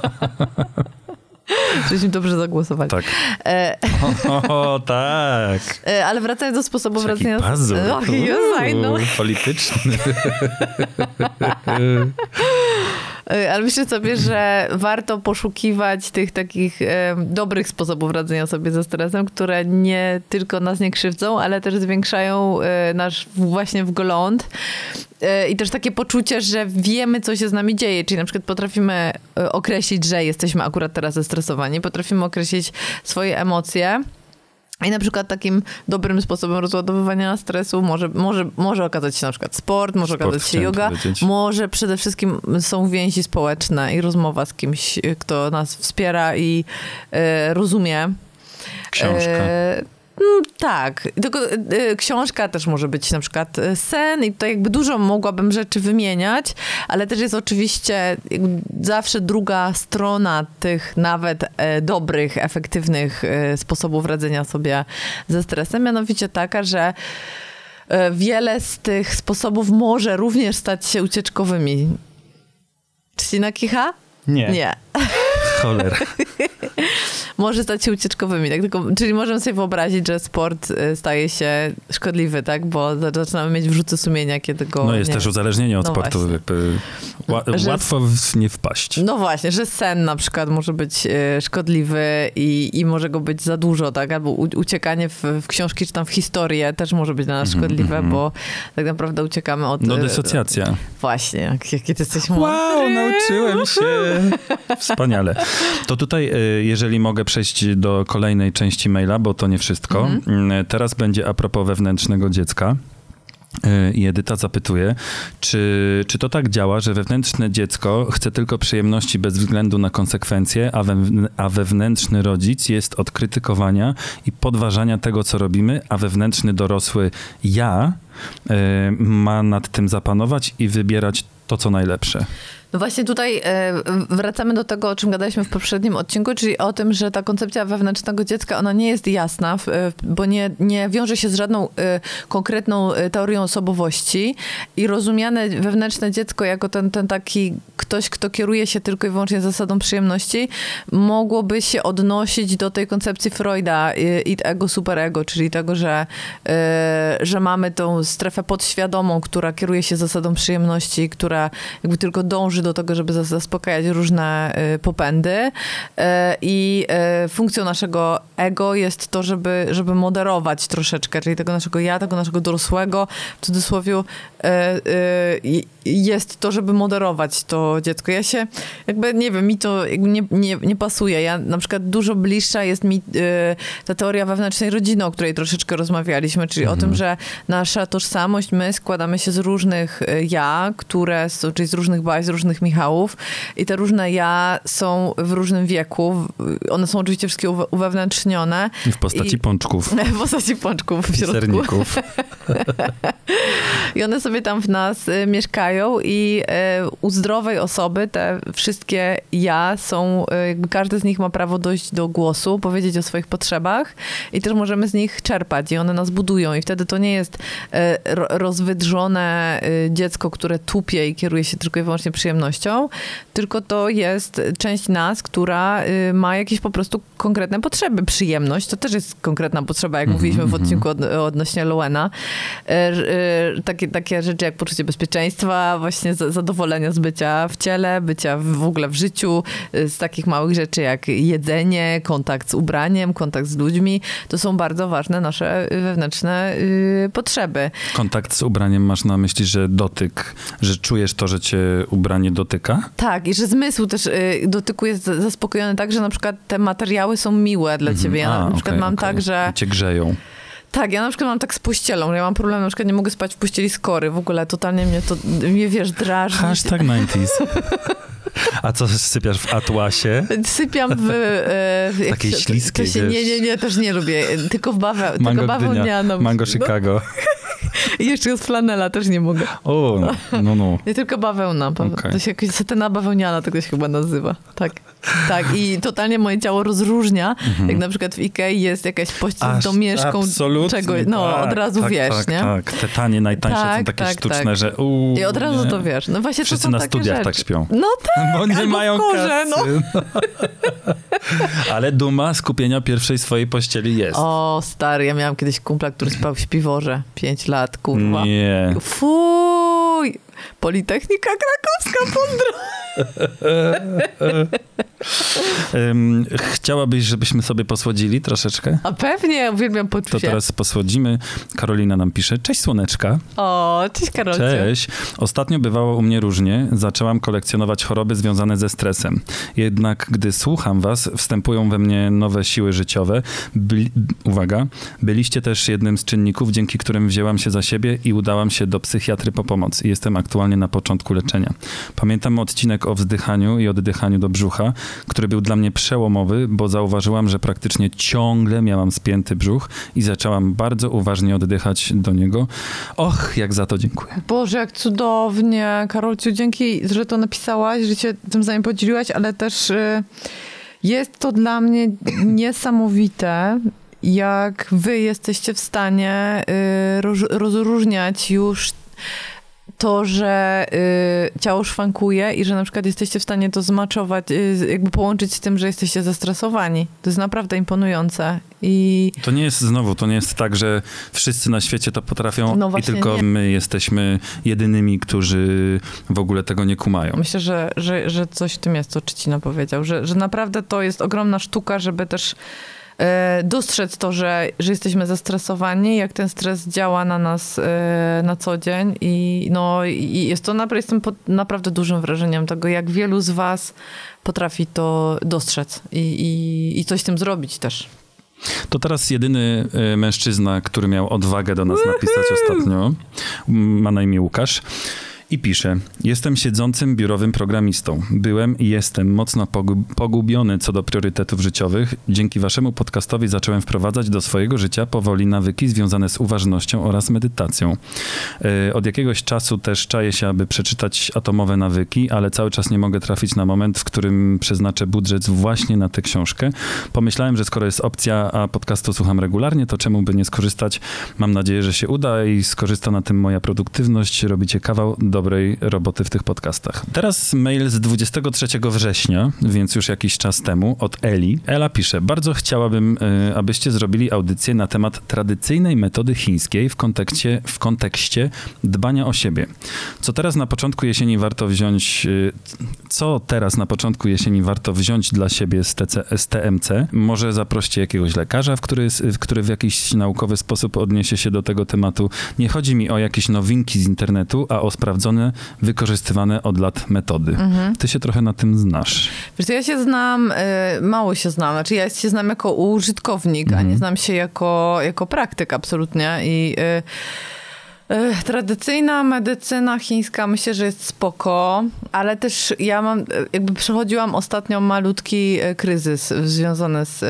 Żeśmy dobrze zagłosowali. Tak. E, o, o, tak. E, ale wracając do sposobów radzenia... Pazur. Och, Jezu, polityczny. Ale myślę sobie, że warto poszukiwać tych takich e, dobrych sposobów radzenia sobie ze stresem, które nie tylko nas nie krzywdzą, ale też zwiększają e, nasz właśnie wgląd e, i też takie poczucie, że wiemy, co się z nami dzieje. Czyli na przykład potrafimy e, określić, że jesteśmy akurat teraz zestresowani, potrafimy określić swoje emocje. I na przykład takim dobrym sposobem rozładowywania stresu może, może, może okazać się na przykład sport, może Sport okazać się yoga, powiedzieć. może przede wszystkim są więzi społeczne i rozmowa z kimś, kto nas wspiera i e, rozumie. Książka. E, Tak, tylko y, książka też może być na przykład sen i to jakby dużo mogłabym rzeczy wymieniać, ale też jest oczywiście zawsze druga strona tych nawet e, dobrych, efektywnych e, sposobów radzenia sobie ze stresem, mianowicie taka, że e, wiele z tych sposobów może również stać się ucieczkowymi. Trzcina kicha? Nie. Nie. Cholera. Może stać się ucieczkowymi, tak? Tylko, czyli możemy sobie wyobrazić, że sport staje się szkodliwy, tak? Bo zaczynamy mieć wrzuty sumienia, kiedy go... No jest nie też uzależnienie od no sportu. właśnie. Jakby ła- Że- łatwo w nie wpaść. No właśnie, że sen na przykład może być e, szkodliwy i, i może go być za dużo, tak? Albo u, uciekanie w, w książki czy tam w historię też może być dla nas szkodliwe, mhm. bo tak naprawdę uciekamy od... No e, dysocjacja. Właśnie, jak, jakie ty jesteś mądry. Wow, nauczyłem się. Wspaniale. To tutaj, y, jeżeli mogę przejść do kolejnej części maila, bo to nie wszystko. Mm. Teraz będzie a propos wewnętrznego dziecka. I Edyta zapytuje, czy, czy to tak działa, że wewnętrzne dziecko chce tylko przyjemności bez względu na konsekwencje, a, we, a wewnętrzny rodzic jest od krytykowania i podważania tego, co robimy, a wewnętrzny dorosły ja y, ma nad tym zapanować i wybierać to, co najlepsze. No właśnie tutaj e, wracamy do tego, o czym gadaliśmy w poprzednim odcinku, czyli o tym, że ta koncepcja wewnętrznego dziecka, ona nie jest jasna, w, e, bo nie, nie wiąże się z żadną e, konkretną e, teorią osobowości i rozumiane wewnętrzne dziecko jako ten, ten taki ktoś, kto kieruje się tylko i wyłącznie zasadą przyjemności, mogłoby się odnosić do tej koncepcji Freuda i, i ego, superego, czyli tego, że, e, że mamy tą strefę podświadomą, która kieruje się zasadą przyjemności, która jakby tylko dąży do tego, żeby zaspokajać różne y, popędy y, i y, funkcją naszego ego jest to, żeby, żeby moderować troszeczkę, czyli tego naszego ja, tego naszego dorosłego, w cudzysłowie y, y, jest to, żeby moderować to dziecko. Ja się, jakby nie wiem, mi to jakby nie, nie, nie pasuje. Ja na przykład dużo bliższa jest mi y, ta teoria wewnętrznej rodziny, o której troszeczkę rozmawialiśmy, czyli mhm. o tym, że nasza tożsamość, my składamy się z różnych y, ja, które są, czyli z różnych baj, z różnych Michałów i te różne ja są w różnym wieku. One są oczywiście wszystkie uwe- uwewnętrznione. I w postaci I, pączków. W postaci pączków w środku. Serników. I one sobie tam w nas y, mieszkają i y, u zdrowej osoby te wszystkie ja są, y, jakby każdy z nich ma prawo dojść do głosu, powiedzieć o swoich potrzebach i też możemy z nich czerpać i one nas budują i wtedy to nie jest y, ro, rozwydrzone y, dziecko, które tupie i kieruje się tylko i wyłącznie przyjemnością, tylko to jest część nas, która y, ma jakieś po prostu konkretne potrzeby. Przyjemność to też jest konkretna potrzeba, jak mm-hmm, mówiliśmy w odcinku od, odnośnie Lowena. Y, y, takie, takie rzeczy jak poczucie bezpieczeństwa, właśnie z, zadowolenia z bycia w ciele, bycia w, w ogóle w życiu, y, z takich małych rzeczy jak jedzenie, kontakt z ubraniem, kontakt z ludźmi. To są bardzo ważne nasze wewnętrzne y, potrzeby. Kontakt z ubraniem masz na myśli, że dotyk, że czujesz to, że cię ubranie dotyka? Tak, i że zmysł też y, dotyku jest zaspokojony tak, że na przykład te materiały są miłe dla ciebie. Ja A, na przykład okay, mam okay. tak, że... I cię grzeją. Tak, ja na przykład mam tak z pościelą. Ja mam problem, na przykład nie mogę spać w pościeli z kory. W ogóle totalnie mnie to, mnie wiesz, drażni. Hashtag dziewięćdziesiątych. A co sypiasz w atłasie? Sypiam w... E, Takiej śliskiej, się, Nie, nie, nie, też nie lubię. Tylko w baweł, Mango tylko bawełnianą. Mango Chicago. I jeszcze z flanela też nie mogę. O, no, no. Nie tylko bawełna. Okay. To się jakoś satyna bawełniana, tak to się chyba nazywa. Tak. Tak, i totalnie moje ciało rozróżnia, mm-hmm. jak na przykład w Ikei jest jakaś pościel z domieszką czegoś, no tak, od razu tak, wiesz, tak, nie? Tak, te tanie, najtańsze tak, są takie tak, sztuczne, tak. że uu, i od razu nie. to wiesz. No właśnie wszyscy to są na takie studiach rzeczy. tak śpią. No tak, bo nie mają korze, kasy. No. Ale duma skupienia pierwszej swojej pościeli jest. O, stary, ja miałam kiedyś kumpla, który spał w śpiworze. Pięć lat, kurwa. Nie. Fuj! Politechnika Krakowska, pozdro! um, chciałabyś, żebyśmy sobie posłodzili troszeczkę? A pewnie, uwielbiam poczucie. To teraz posłodzimy. Karolina nam pisze. Cześć słoneczka. O, cześć Karolcie. Cześć. Ostatnio bywało u mnie różnie. Zaczęłam kolekcjonować choroby związane ze stresem. Jednak gdy słucham was, wstępują we mnie nowe siły życiowe. Byli, uwaga, byliście też jednym z czynników, dzięki którym wzięłam się za siebie i udałam się do psychiatry po pomoc. Jestem aktualnie na początku leczenia. Pamiętam odcinek o wzdychaniu i oddychaniu do brzucha, który był dla mnie przełomowy, bo zauważyłam, że praktycznie ciągle miałam spięty brzuch i zaczęłam bardzo uważnie oddychać do niego. Och, jak za to dziękuję. Boże, jak cudownie. Karolciu, dzięki, że to napisałaś, że się tym zanim podzieliłaś, ale też y, jest to dla mnie niesamowite, jak wy jesteście w stanie y, roz, rozróżniać już to, że y, ciało szwankuje i że na przykład jesteście w stanie to zmaczować, y, jakby połączyć z tym, że jesteście zestresowani. To jest naprawdę imponujące. I to nie jest znowu, to nie jest tak, że wszyscy na świecie to potrafią no i tylko nie. my jesteśmy jedynymi, którzy w ogóle tego nie kumają. Myślę, że, że, że coś w tym jest, co Trzcina powiedział, że, że naprawdę to jest ogromna sztuka, żeby też dostrzec to, że, że jesteśmy zestresowani, jak ten stres działa na nas e, na co dzień i, no, i jest to naprawdę, jestem pod naprawdę dużym wrażeniem tego, jak wielu z was potrafi to dostrzec i, i, i coś z tym zrobić też. To teraz jedyny y, mężczyzna, który miał odwagę do nas napisać ostatnio, ma na imię Łukasz. I pisze, jestem siedzącym biurowym programistą. Byłem i jestem mocno pogubiony co do priorytetów życiowych. Dzięki waszemu podcastowi zacząłem wprowadzać do swojego życia powoli nawyki związane z uważnością oraz medytacją. Yy, od jakiegoś czasu też czaję się, aby przeczytać Atomowe nawyki, ale cały czas nie mogę trafić na moment, w którym przeznaczę budżet właśnie na tę książkę. Pomyślałem, że skoro jest opcja, a podcastu słucham regularnie, to czemu by nie skorzystać? Mam nadzieję, że się uda i skorzysta na tym moja produktywność. Robicie kawał do dobrej roboty w tych podcastach. Teraz mail z dwudziestego trzeciego września, więc już jakiś czas temu, od Eli. Ela pisze, bardzo chciałabym, y, abyście zrobili audycję na temat tradycyjnej metody chińskiej w kontekście, w kontekście dbania o siebie. Co teraz na początku jesieni warto wziąć, y, co teraz na początku jesieni warto wziąć dla siebie z, T C, z T M C? Może zaproście jakiegoś lekarza, w który, w który w jakiś naukowy sposób odniesie się do tego tematu. Nie chodzi mi o jakieś nowinki z internetu, a o sprawdzone, wykorzystywane od lat metody. Mhm. Ty się trochę na tym znasz. Wiesz, ja się znam, y, mało się znam, znaczy ja się znam jako użytkownik, mhm. a nie znam się jako, jako praktyk absolutnie i y, y, tradycyjna medycyna chińska myślę, że jest spoko, ale też ja mam, jakby przechodziłam ostatnio malutki kryzys związany z, y,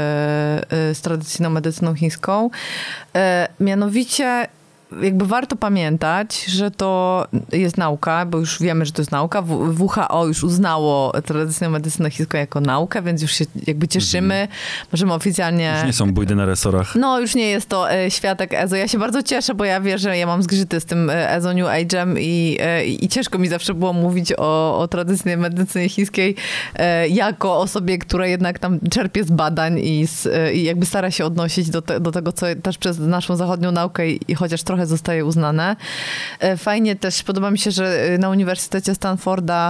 y, z tradycyjną medycyną chińską. Y, mianowicie jakby warto pamiętać, że to jest nauka, bo już wiemy, że to jest nauka. W H O już uznało tradycyjną medycynę chińską jako naukę, więc już się jakby cieszymy. Mm. Możemy oficjalnie... Już nie są bójdy na resorach. No, już nie jest to e, światek Ezo. Ja się bardzo cieszę, bo ja wierzę, że ja mam zgrzyty z tym Ezo New Age'em i, e, i ciężko mi zawsze było mówić o, o tradycyjnej medycynie chińskiej e, jako osobie, która jednak tam czerpie z badań i, z, e, i jakby stara się odnosić do, te, do tego, co też przez naszą zachodnią naukę i, i chociaż trochę zostaje uznane. Fajnie też, podoba mi się, że na Uniwersytecie Stanforda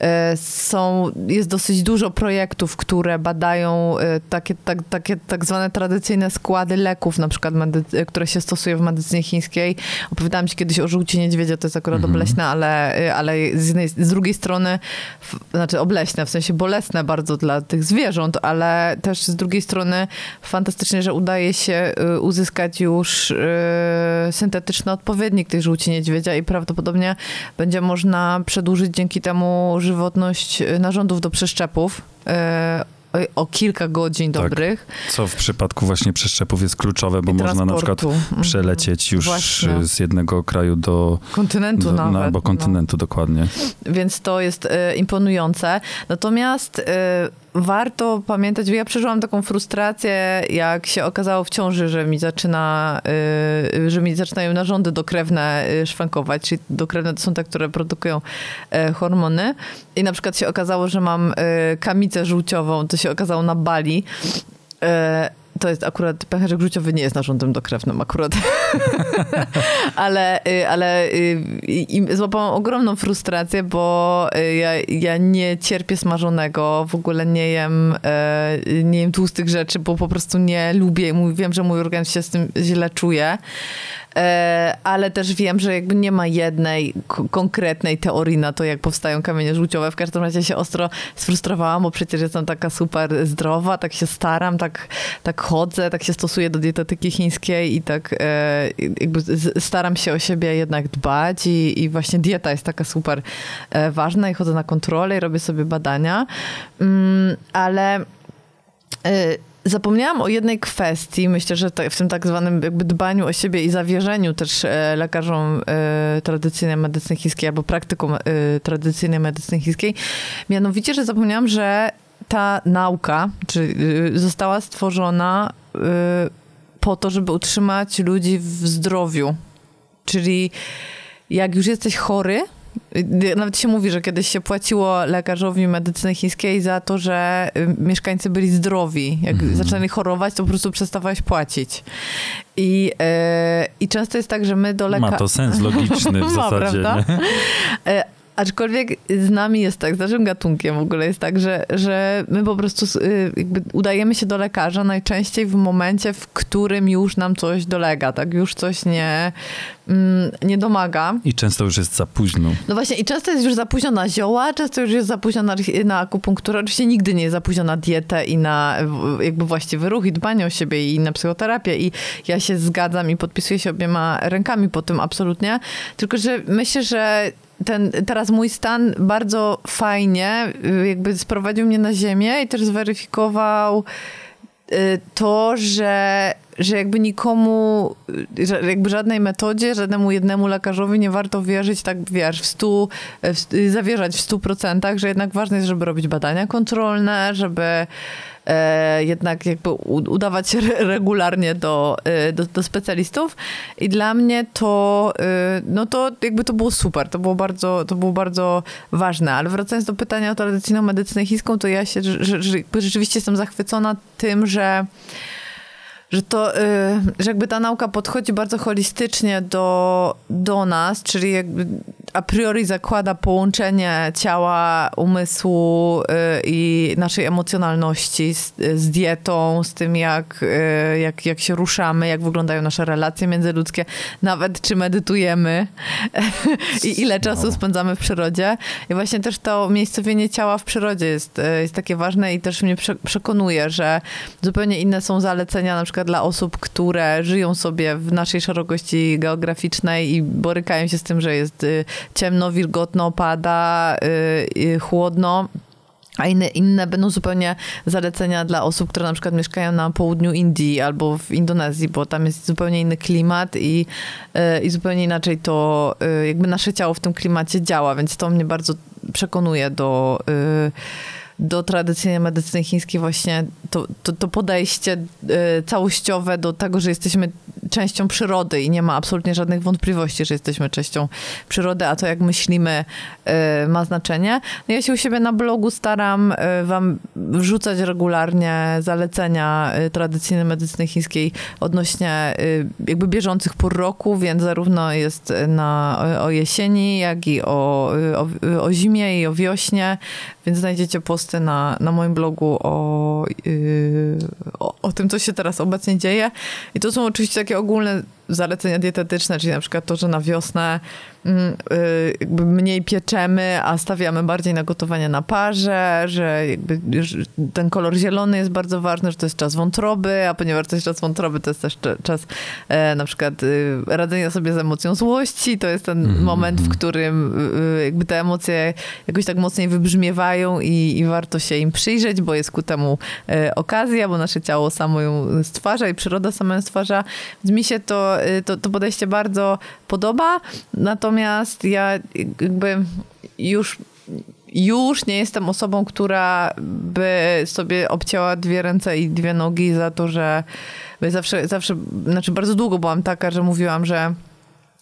są, jest dosyć dużo projektów, które badają takie tak, takie tak zwane tradycyjne składy leków, na przykład, medy- które się stosuje w medycynie chińskiej. Opowiadałam ci kiedyś o żółci niedźwiedzia, to jest akurat mhm. obleśne, ale, ale z, jednej, z drugiej strony, w, znaczy obleśne, w sensie bolesne bardzo dla tych zwierząt, ale też z drugiej strony fantastycznie, że udaje się uzyskać już syntetyczny odpowiednik tej żółci niedźwiedzia i prawdopodobnie będzie można przedłużyć dzięki temu żywotność narządów do przeszczepów o kilka godzin tak, dobrych. Co w przypadku właśnie przeszczepów jest kluczowe, bo I można na przykład przelecieć już właśnie. z jednego kraju do... Kontynentu do, nawet. No, albo kontynentu, no. dokładnie. Więc to jest y, imponujące. Natomiast y, warto pamiętać, bo ja przeżyłam taką frustrację, jak się okazało w ciąży, że mi zaczyna, y, że mi zaczynają narządy dokrewne y, szwankować, czyli dokrewne to są te, które produkują y, hormony. I na przykład się okazało, że mam y, kamicę żółciową, to się okazało na Bali. Y, to jest akurat, pęcherz grzuciowy nie jest narządem dokrewnym akurat. ale ale i, i złapałam ogromną frustrację, bo ja, ja nie cierpię smażonego, w ogóle nie jem, nie jem tłustych rzeczy, bo po prostu nie lubię. Wiem, że mój organizm się z tym źle czuje. Ale też wiem, że jakby nie ma jednej k- konkretnej teorii na to, jak powstają kamienie żółciowe. W każdym razie się ostro sfrustrowałam, bo przecież jestem taka super zdrowa, tak się staram, tak, tak chodzę, tak się stosuję do dietetyki chińskiej i tak e, jakby z, staram się o siebie jednak dbać i, i właśnie dieta jest taka super e, ważna i chodzę na kontrolę i robię sobie badania, mm, ale e, zapomniałam o jednej kwestii, myślę, że w tym tak zwanym jakby dbaniu o siebie i zawierzeniu też e, lekarzom e, tradycyjnej medycyny chińskiej albo praktykom e, tradycyjnej medycyny chińskiej. Mianowicie, że zapomniałam, że ta nauka czy, e, została stworzona e, po to, żeby utrzymać ludzi w zdrowiu. Czyli jak już jesteś chory, nawet się mówi, że kiedyś się płaciło lekarzowi medycyny chińskiej za to, że mieszkańcy byli zdrowi. Jak mm. zaczęli chorować, to po prostu przestawałeś płacić. I, yy, i często jest tak, że my do lekarza... Ma to sens logiczny w zasadzie. Ma, nie? Aczkolwiek z nami jest tak, z naszym gatunkiem w ogóle jest tak, że, że my po prostu jakby udajemy się do lekarza najczęściej w momencie, w którym już nam coś dolega, tak? Już coś nie, nie domaga. I często już jest za późno. No właśnie, i często jest już za późno na zioła, często już jest za późno na, na akupunkturę. Oczywiście nigdy nie jest za późno na dietę i na jakby właściwy ruch i dbanie o siebie i na psychoterapię. I ja się zgadzam i podpisuję się obiema rękami po tym absolutnie. Tylko, że myślę, że ten, teraz mój stan bardzo fajnie jakby sprowadził mnie na ziemię i też zweryfikował to, że, że jakby nikomu, że jakby żadnej metodzie, żadnemu jednemu lekarzowi nie warto wierzyć tak, wiesz, w stu, w, zawierzać w stu procentach, że jednak ważne jest, żeby robić badania kontrolne, żeby e, jednak jakby udawać się regularnie do, do, do specjalistów. I dla mnie to, no to jakby to było super, to było bardzo, to było bardzo ważne. Ale wracając do pytania o tradycyjną medycynę chińską, to ja się że, że rzeczywiście jestem zachwycona tym, że że to, że jakby ta nauka podchodzi bardzo holistycznie do, do nas, czyli jakby a priori zakłada połączenie ciała, umysłu i naszej emocjonalności z, z dietą, z tym jak, jak, jak się ruszamy, jak wyglądają nasze relacje międzyludzkie, nawet czy medytujemy i ile czasu spędzamy w przyrodzie. I właśnie też to umiejscowienie ciała w przyrodzie jest, jest takie ważne i też mnie przekonuje, że zupełnie inne są zalecenia na przykład dla osób, które żyją sobie w naszej szerokości geograficznej i borykają się z tym, że jest ciemno, wilgotno, pada, yy, chłodno. A inne, inne będą zupełnie zalecenia dla osób, które na przykład mieszkają na południu Indii albo w Indonezji, bo tam jest zupełnie inny klimat i, yy, i zupełnie inaczej to yy, jakby nasze ciało w tym klimacie działa, więc to mnie bardzo przekonuje do... Yy, do tradycyjnej medycyny chińskiej właśnie to, to, to podejście y, całościowe do tego, że jesteśmy częścią przyrody i nie ma absolutnie żadnych wątpliwości, że jesteśmy częścią przyrody, a to jak myślimy y, ma znaczenie. No ja się u siebie na blogu staram y, wam wrzucać regularnie zalecenia y, tradycyjnej medycyny chińskiej odnośnie y, jakby bieżących pór roku, więc zarówno jest na, o jesieni, jak i o, o, o zimie i o wiośnie, więc znajdziecie posty na, na moim blogu o, yy, o, o tym, co się teraz obecnie dzieje. I to są oczywiście takie ogólne zalecenia dietetyczne, czyli na przykład to, że na wiosnę yy, jakby mniej pieczemy, a stawiamy bardziej na gotowanie na parze, że jakby ten kolor zielony jest bardzo ważny, że to jest czas wątroby, a ponieważ to jest czas wątroby, to jest też czas e, na przykład y, radzenia sobie z emocją złości. To jest ten mm-hmm. moment, w którym y, jakby te emocje jakoś tak mocniej wybrzmiewają i, i warto się im przyjrzeć, bo jest ku temu e, okazja, bo nasze ciało samo ją stwarza i przyroda sama ją stwarza. Więc mi się to, to, to podejście bardzo podoba, natomiast ja jakby już Już nie jestem osobą, która by sobie obcięła dwie ręce i dwie nogi za to, że zawsze, zawsze, znaczy bardzo długo byłam taka, że mówiłam, że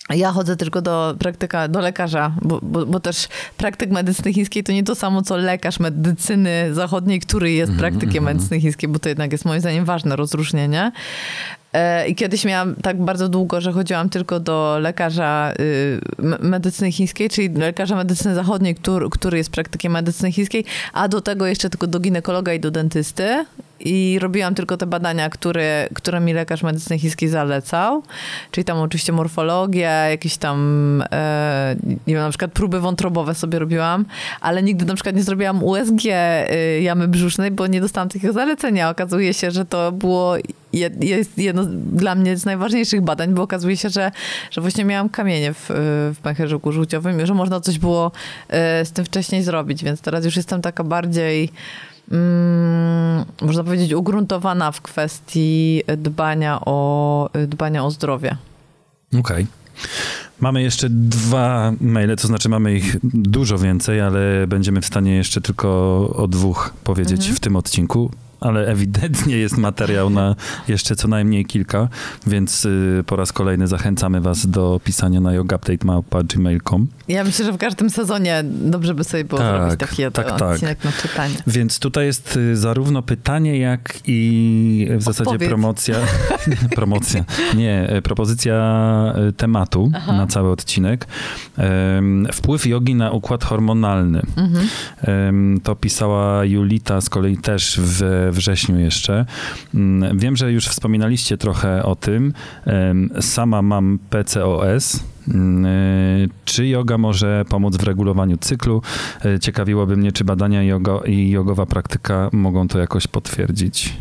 Ja chodzę tylko do praktyka, do lekarza, bo, bo, bo też praktyk medycyny chińskiej to nie to samo, co lekarz medycyny zachodniej, który jest praktykiem mm-hmm. medycyny chińskiej, bo to jednak jest moim zdaniem ważne rozróżnienie. I kiedyś miałam tak bardzo długo, że chodziłam tylko do lekarza medycyny chińskiej, czyli lekarza medycyny zachodniej, który, który jest praktykiem medycyny chińskiej, a do tego jeszcze tylko do ginekologa i do dentysty. I robiłam tylko te badania, które, które mi lekarz medycyny chińskiej zalecał. Czyli tam oczywiście morfologię, jakieś tam, e, nie wiem, na przykład próby wątrobowe sobie robiłam, ale nigdy na przykład nie zrobiłam U S G y, jamy brzusznej, bo nie dostałam takiego zalecenia. Okazuje się, że to było jed, jest jedno dla mnie z najważniejszych badań, bo okazuje się, że, że właśnie miałam kamienie w, w pęcherzyku żółciowym i że można coś było y, z tym wcześniej zrobić, więc teraz już jestem taka bardziej Mm, można powiedzieć, ugruntowana w kwestii dbania o, dbania o zdrowie. Okej. Okay. Mamy jeszcze dwa maile, to znaczy mamy ich dużo więcej, ale będziemy w stanie jeszcze tylko o dwóch powiedzieć mhm. w tym odcinku. Ale ewidentnie jest materiał na jeszcze co najmniej kilka, więc y, po raz kolejny zachęcamy was do pisania na yogupdate małpa gmail kropka com. Ja myślę, że w każdym sezonie dobrze by sobie było tak, zrobić taki tak, odcinek tak. na czytanie. Więc tutaj jest y, zarówno pytanie, jak i w zasadzie Odpowiedz. promocja. promocja. Nie, propozycja y, tematu Aha. na cały odcinek. Um, wpływ jogi na układ hormonalny. Mhm. Um, to pisała Julita z kolei też w wrześniu jeszcze. Wiem, że już wspominaliście trochę o tym. Sama mam P C O S. Czy joga może pomóc w regulowaniu cyklu? Ciekawiłoby mnie, czy badania jogo i jogowa praktyka mogą to jakoś potwierdzić.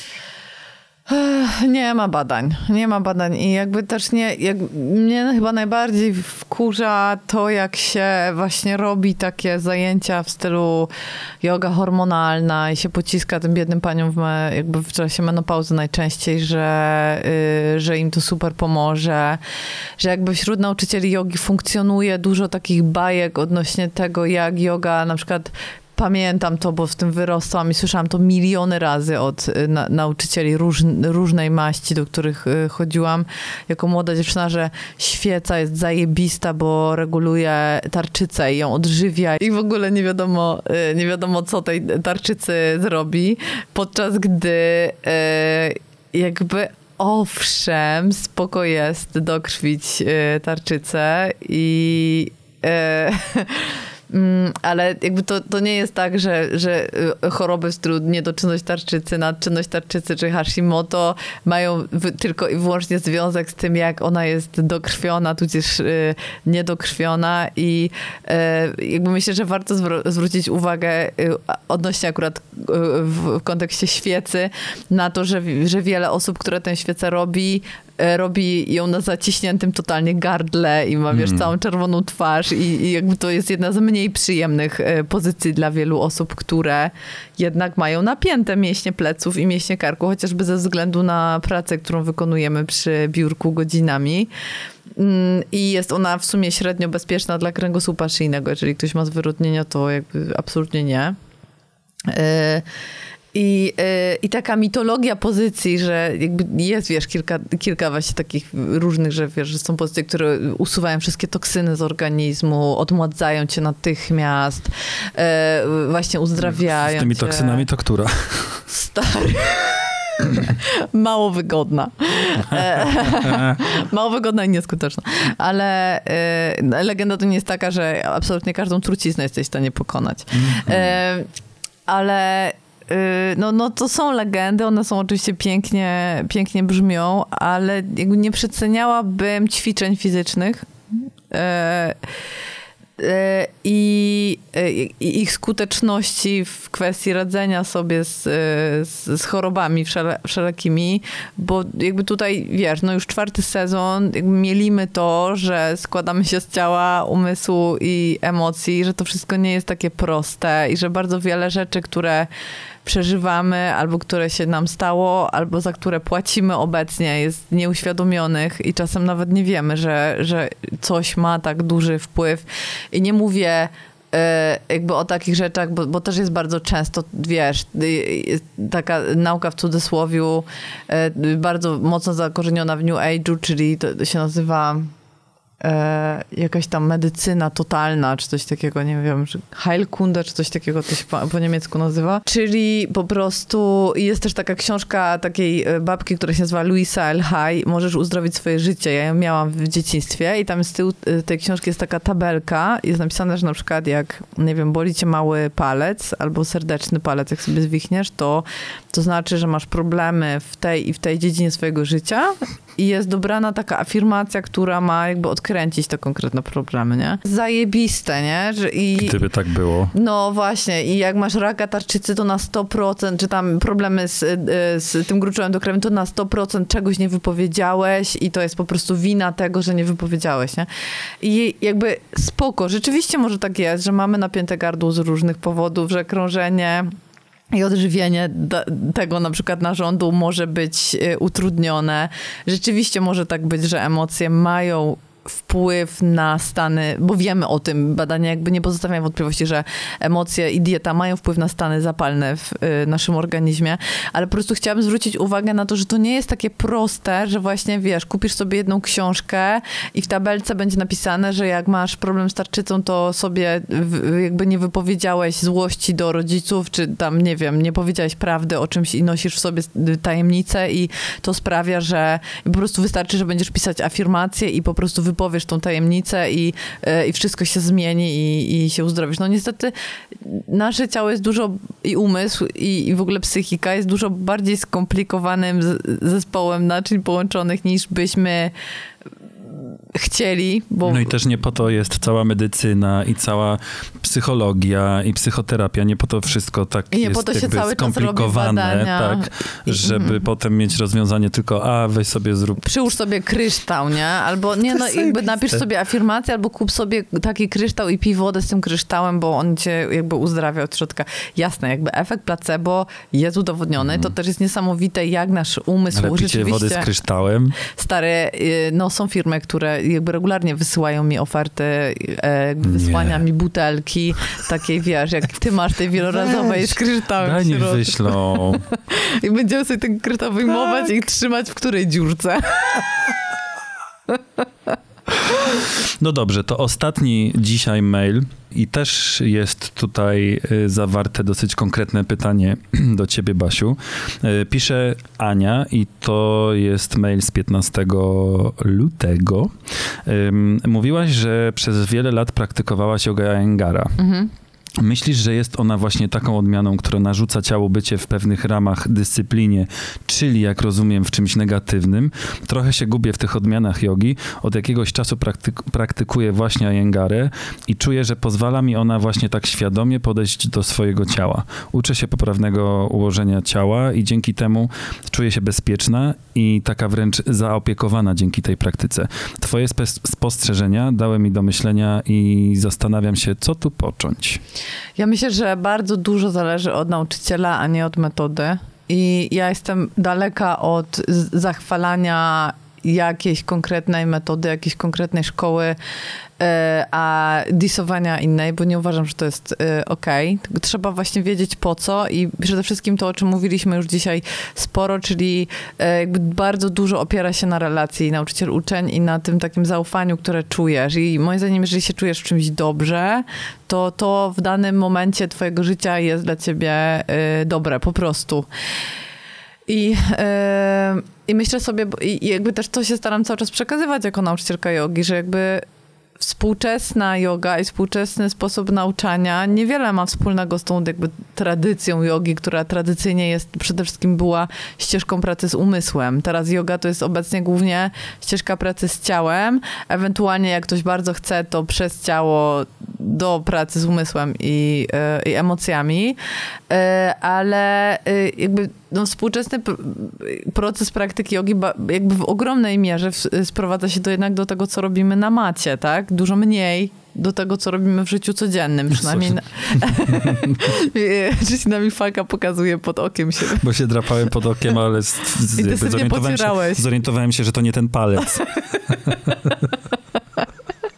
Nie ma badań, nie ma badań i jakby też nie, jak, mnie chyba najbardziej wkurza to, jak się właśnie robi takie zajęcia w stylu joga hormonalna i się pociska tym biednym paniom w, me, jakby w czasie menopauzy najczęściej, że, yy, że im to super pomoże, że jakby wśród nauczycieli jogi funkcjonuje dużo takich bajek odnośnie tego, jak joga na przykład. Pamiętam to, bo w tym wyrosłam i słyszałam to miliony razy od na, nauczycieli róż, różnej maści, do których y, chodziłam jako młoda dziewczyna, że świeca jest zajebista, bo reguluje tarczycę i ją odżywia i w ogóle nie wiadomo, y, nie wiadomo co tej tarczycy zrobi, podczas gdy y, jakby owszem, spoko jest dokrwić y, tarczycę i y, ale jakby to, to nie jest tak, że, że choroby w stylu niedoczynność tarczycy, nadczynność tarczycy czy Hashimoto mają w, tylko i wyłącznie związek z tym, jak ona jest dokrwiona, tudzież y, niedokrwiona i y, jakby myślę, że warto zwr- zwrócić uwagę y, odnośnie akurat y, w, w kontekście świecy na to, że, że wiele osób, które tę świecę robi, robi ją na zaciśniętym totalnie gardle i ma, wiesz, mm. całą czerwoną twarz i, i jakby to jest jedna z mniej przyjemnych pozycji dla wielu osób, które jednak mają napięte mięśnie pleców i mięśnie karku, chociażby ze względu na pracę, którą wykonujemy przy biurku godzinami. I jest ona w sumie średnio bezpieczna dla kręgosłupa szyjnego. Jeżeli ktoś ma zwyrodnienia, to jakby absolutnie nie. I, yy, I taka mitologia pozycji, że jakby jest, wiesz, kilka, kilka właśnie takich różnych, że wiesz, że są pozycje, które usuwają wszystkie toksyny z organizmu, odmładzają cię natychmiast, yy, właśnie uzdrawiają Z tymi cię. toksynami to która? Stary. Mało wygodna. Mało wygodna i nieskuteczna. Ale yy, legenda to nie jest taka, że absolutnie każdą truciznę jesteś w stanie pokonać. Mm-hmm. Yy, ale No, no to są legendy, one są oczywiście pięknie, pięknie brzmią, ale jakby nie przeceniałabym ćwiczeń fizycznych e, e, i, i ich skuteczności w kwestii radzenia sobie z, z, z chorobami wszele, wszelakimi, bo jakby tutaj, wiesz, no już czwarty sezon, jakby mielimy to, że składamy się z ciała, umysłu i emocji, że to wszystko nie jest takie proste i że bardzo wiele rzeczy, które przeżywamy, albo które się nam stało, albo za które płacimy obecnie, jest nieuświadomionych i czasem nawet nie wiemy, że, że coś ma tak duży wpływ. I nie mówię jakby o takich rzeczach, bo, bo też jest bardzo często, wiesz, taka nauka w cudzysłowiu bardzo mocno zakorzeniona w New Age'u, czyli to się nazywa e, jakaś tam medycyna totalna, czy coś takiego, nie wiem, czy Heilkunde, czy coś takiego to się po, po niemiecku nazywa. Czyli po prostu jest też taka książka takiej babki, która się nazywa Louisa L. Hay, Możesz uzdrowić swoje życie. Ja ją miałam w dzieciństwie i tam z tyłu tej książki jest taka tabelka, jest napisane, że na przykład jak, nie wiem, boli cię mały palec albo serdeczny palec, jak sobie zwichniesz, to to znaczy, że masz problemy w tej i w tej dziedzinie swojego życia i jest dobrana taka afirmacja, która ma jakby odkręcić te konkretne problemy, nie? Zajebiste, nie? Że i, Gdyby tak było. No właśnie, i jak masz raka tarczycy, to na sto procent, czy tam problemy z, z tym gruczołem do krwi, to na sto procent czegoś nie wypowiedziałeś i to jest po prostu wina tego, że nie wypowiedziałeś, nie? I jakby spoko, rzeczywiście może tak jest, że mamy napięte gardło z różnych powodów, że krążenie i odżywienie tego na przykład narządu może być utrudnione. Rzeczywiście może tak być, że emocje mają wpływ na stany, bo wiemy o tym, badania jakby nie pozostawiają wątpliwości, że emocje i dieta mają wpływ na stany zapalne w y, naszym organizmie, ale po prostu chciałabym zwrócić uwagę na to, że to nie jest takie proste, że właśnie wiesz, kupisz sobie jedną książkę i w tabelce będzie napisane, że jak masz problem z tarczycą, to sobie w, jakby nie wypowiedziałeś złości do rodziców, czy tam, nie wiem, nie powiedziałeś prawdy o czymś i nosisz w sobie tajemnicę i to sprawia, że po prostu wystarczy, że będziesz pisać afirmacje i po prostu wy powiesz tą tajemnicę i, i wszystko się zmieni i, i się uzdrowisz. No niestety nasze ciało jest dużo, i umysł, i, i w ogóle psychika jest dużo bardziej skomplikowanym zespołem naczyń połączonych niż byśmy chcieli, bo... No i też nie po to jest cała medycyna i cała psychologia i psychoterapia, nie po to wszystko tak I nie jest po to się jakby cały skomplikowane, tak, I, żeby mm. potem mieć rozwiązanie tylko, a weź sobie zrób... Przyłóż sobie kryształ, nie? Albo nie, no jakby napisz sobie afirmację, albo kup sobie taki kryształ i pij wodę z tym kryształem, bo on cię jakby uzdrawia od środka. Jasne, jakby efekt placebo jest udowodniony, mm. to też jest niesamowite, jak nasz umysł Ale picie rzeczywiście... wody z kryształem? Stare, no są firmy, które jakby regularnie wysyłają mi oferty, e, wysłania mi butelki, takiej wiesz, jak ty masz tej wielorazowej Weź, z kryształem daj w niech środku. wyślą. I będziemy sobie ten kryształ wyjmować tak. i trzymać w której dziurce. No dobrze, to ostatni dzisiaj mail i też jest tutaj zawarte dosyć konkretne pytanie do ciebie, Basiu. Pisze Ania i to jest mail z piętnastego lutego. Mówiłaś, że przez wiele lat praktykowałaś jogę Iyengara. Mhm. Myślisz, że jest ona właśnie taką odmianą, która narzuca ciału bycie w pewnych ramach dyscyplinie, czyli jak rozumiem w czymś negatywnym? Trochę się gubię w tych odmianach jogi. Od jakiegoś czasu praktyk- praktykuję właśnie Iyengarę i czuję, że pozwala mi ona właśnie tak świadomie podejść do swojego ciała. Uczę się poprawnego ułożenia ciała i dzięki temu czuję się bezpieczna i taka wręcz zaopiekowana dzięki tej praktyce. Twoje spe- spostrzeżenia dały mi do myślenia i zastanawiam się, co tu począć. Ja myślę, że bardzo dużo zależy od nauczyciela, a nie od metody. I ja jestem daleka od zachwalania jakiejś konkretnej metody, jakiejś konkretnej szkoły, a disowania innej, bo nie uważam, że to jest okej. Okay. Trzeba właśnie wiedzieć po co i przede wszystkim to, o czym mówiliśmy już dzisiaj sporo, czyli jakby bardzo dużo opiera się na relacji nauczyciel-uczeń i na tym takim zaufaniu, które czujesz. I moim zdaniem, jeżeli się czujesz w czymś dobrze, to to w danym momencie twojego życia jest dla ciebie dobre, po prostu. I, yy, I myślę sobie, i jakby też to się staram cały czas przekazywać jako nauczycielka jogi, że jakby współczesna joga i współczesny sposób nauczania niewiele ma wspólnego z tą jakby tradycją jogi, która tradycyjnie jest, przede wszystkim była ścieżką pracy z umysłem. Teraz joga to jest obecnie głównie ścieżka pracy z ciałem, ewentualnie jak ktoś bardzo chce, to przez ciało do pracy z umysłem i, i emocjami, ale jakby no, współczesny proces praktyki jogi jakby w ogromnej mierze sprowadza się do jednak do tego, co robimy na macie, tak? Dużo mniej do tego, co robimy w życiu codziennym. Przynajmniej na... Że mi falka pokazuje pod okiem się. Bo się drapałem pod okiem, ale z, z, I ty sobie zorientowałem, się, zorientowałem się, że to nie ten palec.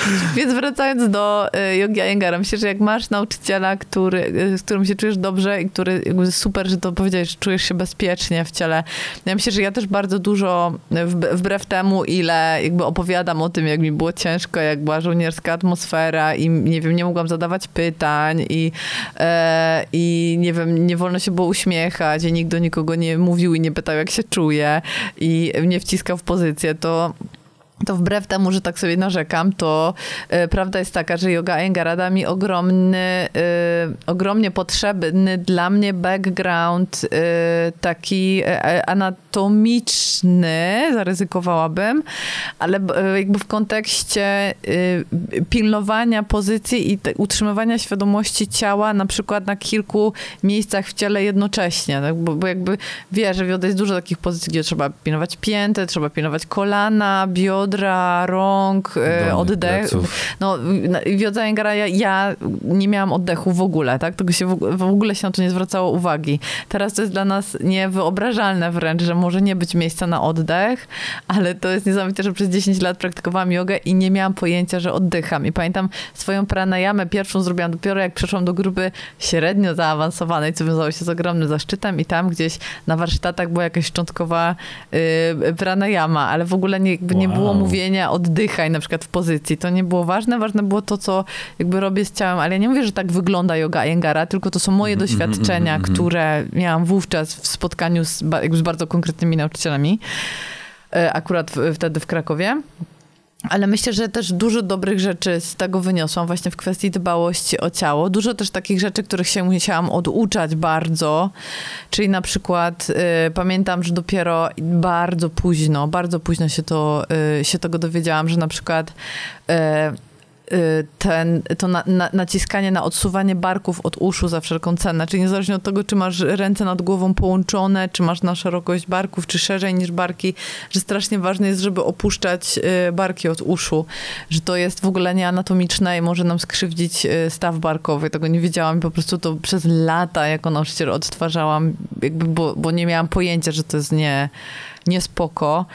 Więc wracając do y, Yogi Iyengara, myślę, że jak masz nauczyciela, który, y, z którym się czujesz dobrze i który jakby super, że to powiedziałeś, że czujesz się bezpiecznie w ciele. Ja myślę, że ja też bardzo dużo, wb- wbrew temu, ile jakby opowiadam o tym, jak mi było ciężko, jak była żołnierska atmosfera i nie wiem, nie mogłam zadawać pytań i, e, i nie wiem, nie wolno się było uśmiechać i nikt do nikogo nie mówił i nie pytał, jak się czuje i mnie wciskał w pozycję, to to wbrew temu, że tak sobie narzekam, to y, prawda jest taka, że Yoga Iyengara da mi ogromny, y, ogromnie potrzebny dla mnie background y, taki y, anatomiczny, zaryzykowałabym, ale y, jakby w kontekście y, pilnowania pozycji i te, utrzymywania świadomości ciała na przykład na kilku miejscach w ciele jednocześnie, tak? bo, bo jakby wie, że jest dużo takich pozycji, gdzie trzeba pilnować pięty, trzeba pilnować kolana, biodra, rąk, Dolnych oddech. Pleców. No, w Jodze Iyengara ja, ja nie miałam oddechu w ogóle, tak? Tego się w, w ogóle się na to nie zwracało uwagi. Teraz to jest dla nas niewyobrażalne wręcz, że może nie być miejsca na oddech, ale to jest niesamowite, że przez dziesięć lat praktykowałam jogę i nie miałam pojęcia, że oddycham. I pamiętam swoją pranayamę pierwszą zrobiłam dopiero jak przeszłam do grupy średnio zaawansowanej, co wiązało się z ogromnym zaszczytem i tam gdzieś na warsztatach była jakaś szczątkowa yy, pranayama, ale w ogóle nie, jakby wow. nie było mówienia oddychaj na przykład w pozycji. To nie było ważne. Ważne było to, co jakby robię z ciałem, ale ja nie mówię, że tak wygląda Yoga Iyengara, tylko to są moje doświadczenia, które miałam wówczas w spotkaniu z, jakby z bardzo konkretnymi nauczycielami. Akurat w, wtedy w Krakowie. Ale myślę, że też dużo dobrych rzeczy z tego wyniosłam właśnie w kwestii dbałości o ciało. Dużo też takich rzeczy, których się musiałam oduczać bardzo. Czyli na przykład y, pamiętam, że dopiero bardzo późno, bardzo późno się, to, y, się tego dowiedziałam, że na przykład y, ten, to na, na, naciskanie na odsuwanie barków od uszu za wszelką cenę, czyli niezależnie od tego, czy masz ręce nad głową połączone, czy masz na szerokość barków, czy szerzej niż barki, że strasznie ważne jest, żeby opuszczać barki od uszu, że to jest w ogóle nieanatomiczne i może nam skrzywdzić staw barkowy. Tego nie wiedziałam i po prostu to przez lata jako nauczyciel odtwarzałam, jakby, bo, bo nie miałam pojęcia, że to jest nie, nie spoko.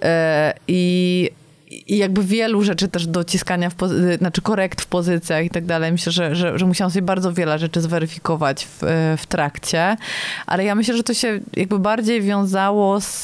I I jakby wielu rzeczy też dociskania, w pozy- znaczy korekt w pozycjach i tak dalej. Myślę, że, że, że musiałam sobie bardzo wiele rzeczy zweryfikować w, w trakcie. Ale ja myślę, że to się jakby bardziej wiązało z,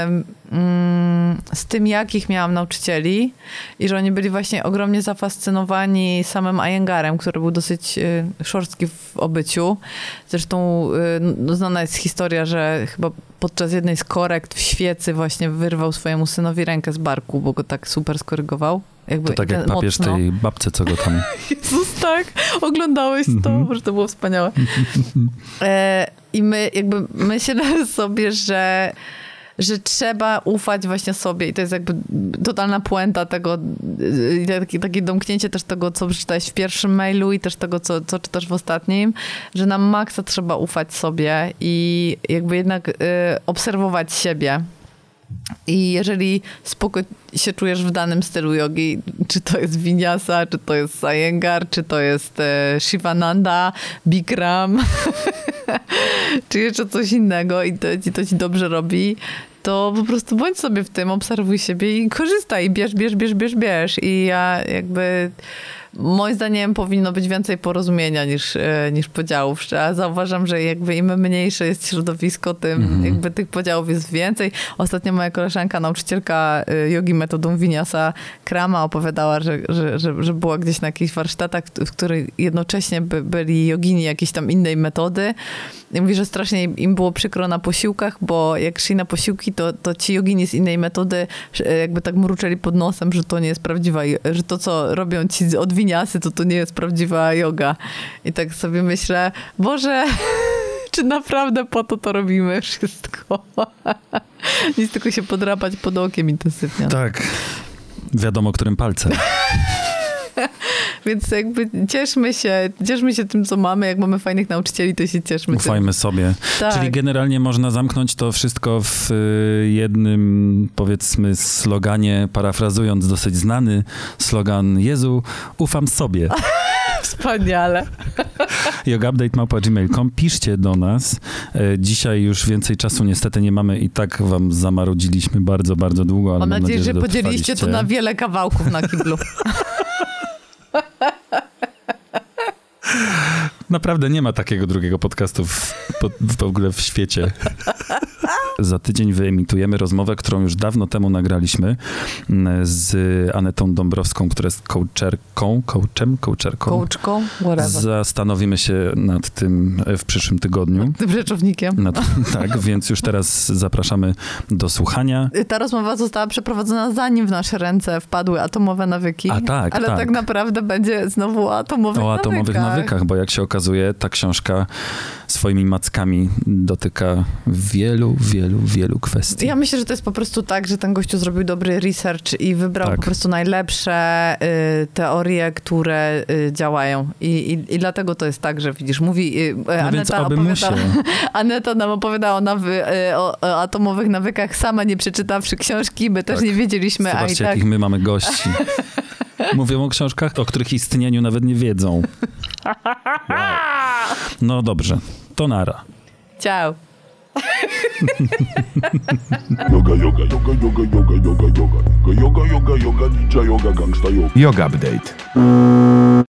z tym, jakich miałam nauczycieli i że oni byli właśnie ogromnie zafascynowani samym Iyengarem, który był dosyć szorstki w obyciu. Zresztą no, znana jest historia, że chyba podczas jednej z korekt w świecy właśnie wyrwał swojemu synowi rękę z barku, bo go tak super skorygował. Jakby to tak jak papież mocno. Tej babce, co go tam... Jezus, tak. Oglądałeś to, mm-hmm. że to było wspaniałe. E, I my jakby myślę sobie, że że trzeba ufać właśnie sobie i to jest jakby totalna puenta tego, takie, takie domknięcie też tego, co przeczytałeś w pierwszym mailu i też tego, co, co czytasz w ostatnim, że na maksa trzeba ufać sobie i jakby jednak y, obserwować siebie. I jeżeli spoko się czujesz w danym stylu jogi, czy to jest Vinyasa, czy to jest Iyengar, czy to jest e, Shivananda, Bikram, czy jeszcze coś innego i to, i to ci dobrze robi, to po prostu bądź sobie w tym, obserwuj siebie i korzystaj, bierz, bierz, bierz, bierz, bierz. I ja jakby... Moim zdaniem powinno być więcej porozumienia niż, niż podziałów. Ja zauważam, że jakby im mniejsze jest środowisko, tym mm-hmm. jakby tych podziałów jest więcej. Ostatnio moja koleżanka, nauczycielka jogi metodą Vinyasa Krama opowiadała, że, że, że, że była gdzieś na jakichś warsztatach, w których jednocześnie by, byli jogini jakiejś tam innej metody. I mówi, że strasznie im było przykro na posiłkach, bo jak szli na posiłki, to, to ci jogini z innej metody jakby tak mruczeli pod nosem, że to nie jest prawdziwa, że to, co robią ci od Vinyasy, to to nie jest prawdziwa joga. I tak sobie myślę, Boże, czy naprawdę po to to robimy wszystko? Nic tylko się podrapać pod okiem intensywnie. Tak. Wiadomo, którym palcem. Więc jakby cieszmy się, cieszmy się tym, co mamy. Jak mamy fajnych nauczycieli, to się cieszmy. Ufajmy tym. sobie. Tak. Czyli generalnie można zamknąć to wszystko w jednym, powiedzmy, sloganie, parafrazując dosyć znany slogan: Jezu, ufam sobie. Wspaniale. yogaupdate małpa gmail kropka com. Piszcie do nas. Dzisiaj już więcej czasu niestety nie mamy i tak wam zamarudziliśmy bardzo, bardzo długo. Ale mam, mam nadzieję, nadzieję, że, że podzieliliście to na wiele kawałków na kiblu. Naprawdę nie ma takiego drugiego podcastu w, w, w ogóle w świecie. Za tydzień wyemitujemy rozmowę, którą już dawno temu nagraliśmy z Anetą Dąbrowską, która jest coacherką, coachem, coacherką. Coachką, whatever. Zastanowimy się nad tym w przyszłym tygodniu. Tym rzeczownikiem. Nad, tak, więc już teraz zapraszamy do słuchania. Ta rozmowa została przeprowadzona zanim w nasze ręce wpadły atomowe nawyki. A tak, Ale tak, tak naprawdę będzie znowu o atomowych o nawykach. O atomowych nawykach, bo jak się okazuje, ta książka swoimi mackami dotyka wielu, wielu, wielu kwestii. Ja myślę, że to jest po prostu tak, że ten gościu zrobił dobry research i wybrał tak. po prostu najlepsze y, teorie, które y, działają. I, i, I dlatego to jest tak, że widzisz, mówi y, no Aneta więc oby opowiada, mu się. Aneta nam opowiada o, nawy, y, o, o atomowych nawykach, sama nie przeczytawszy książki, my też tak. nie wiedzieliśmy. Zobaczcie, a i tak... jakich my mamy gości. Mówią o książkach, o których istnieniu nawet nie wiedzą. Wow. No dobrze, to nara. Ciao. Yoga, yoga, yoga, yoga, yoga, yoga, yoga, yoga, yoga, yoga, yoga, ninja yoga, gangsta yoga. Yoga Update.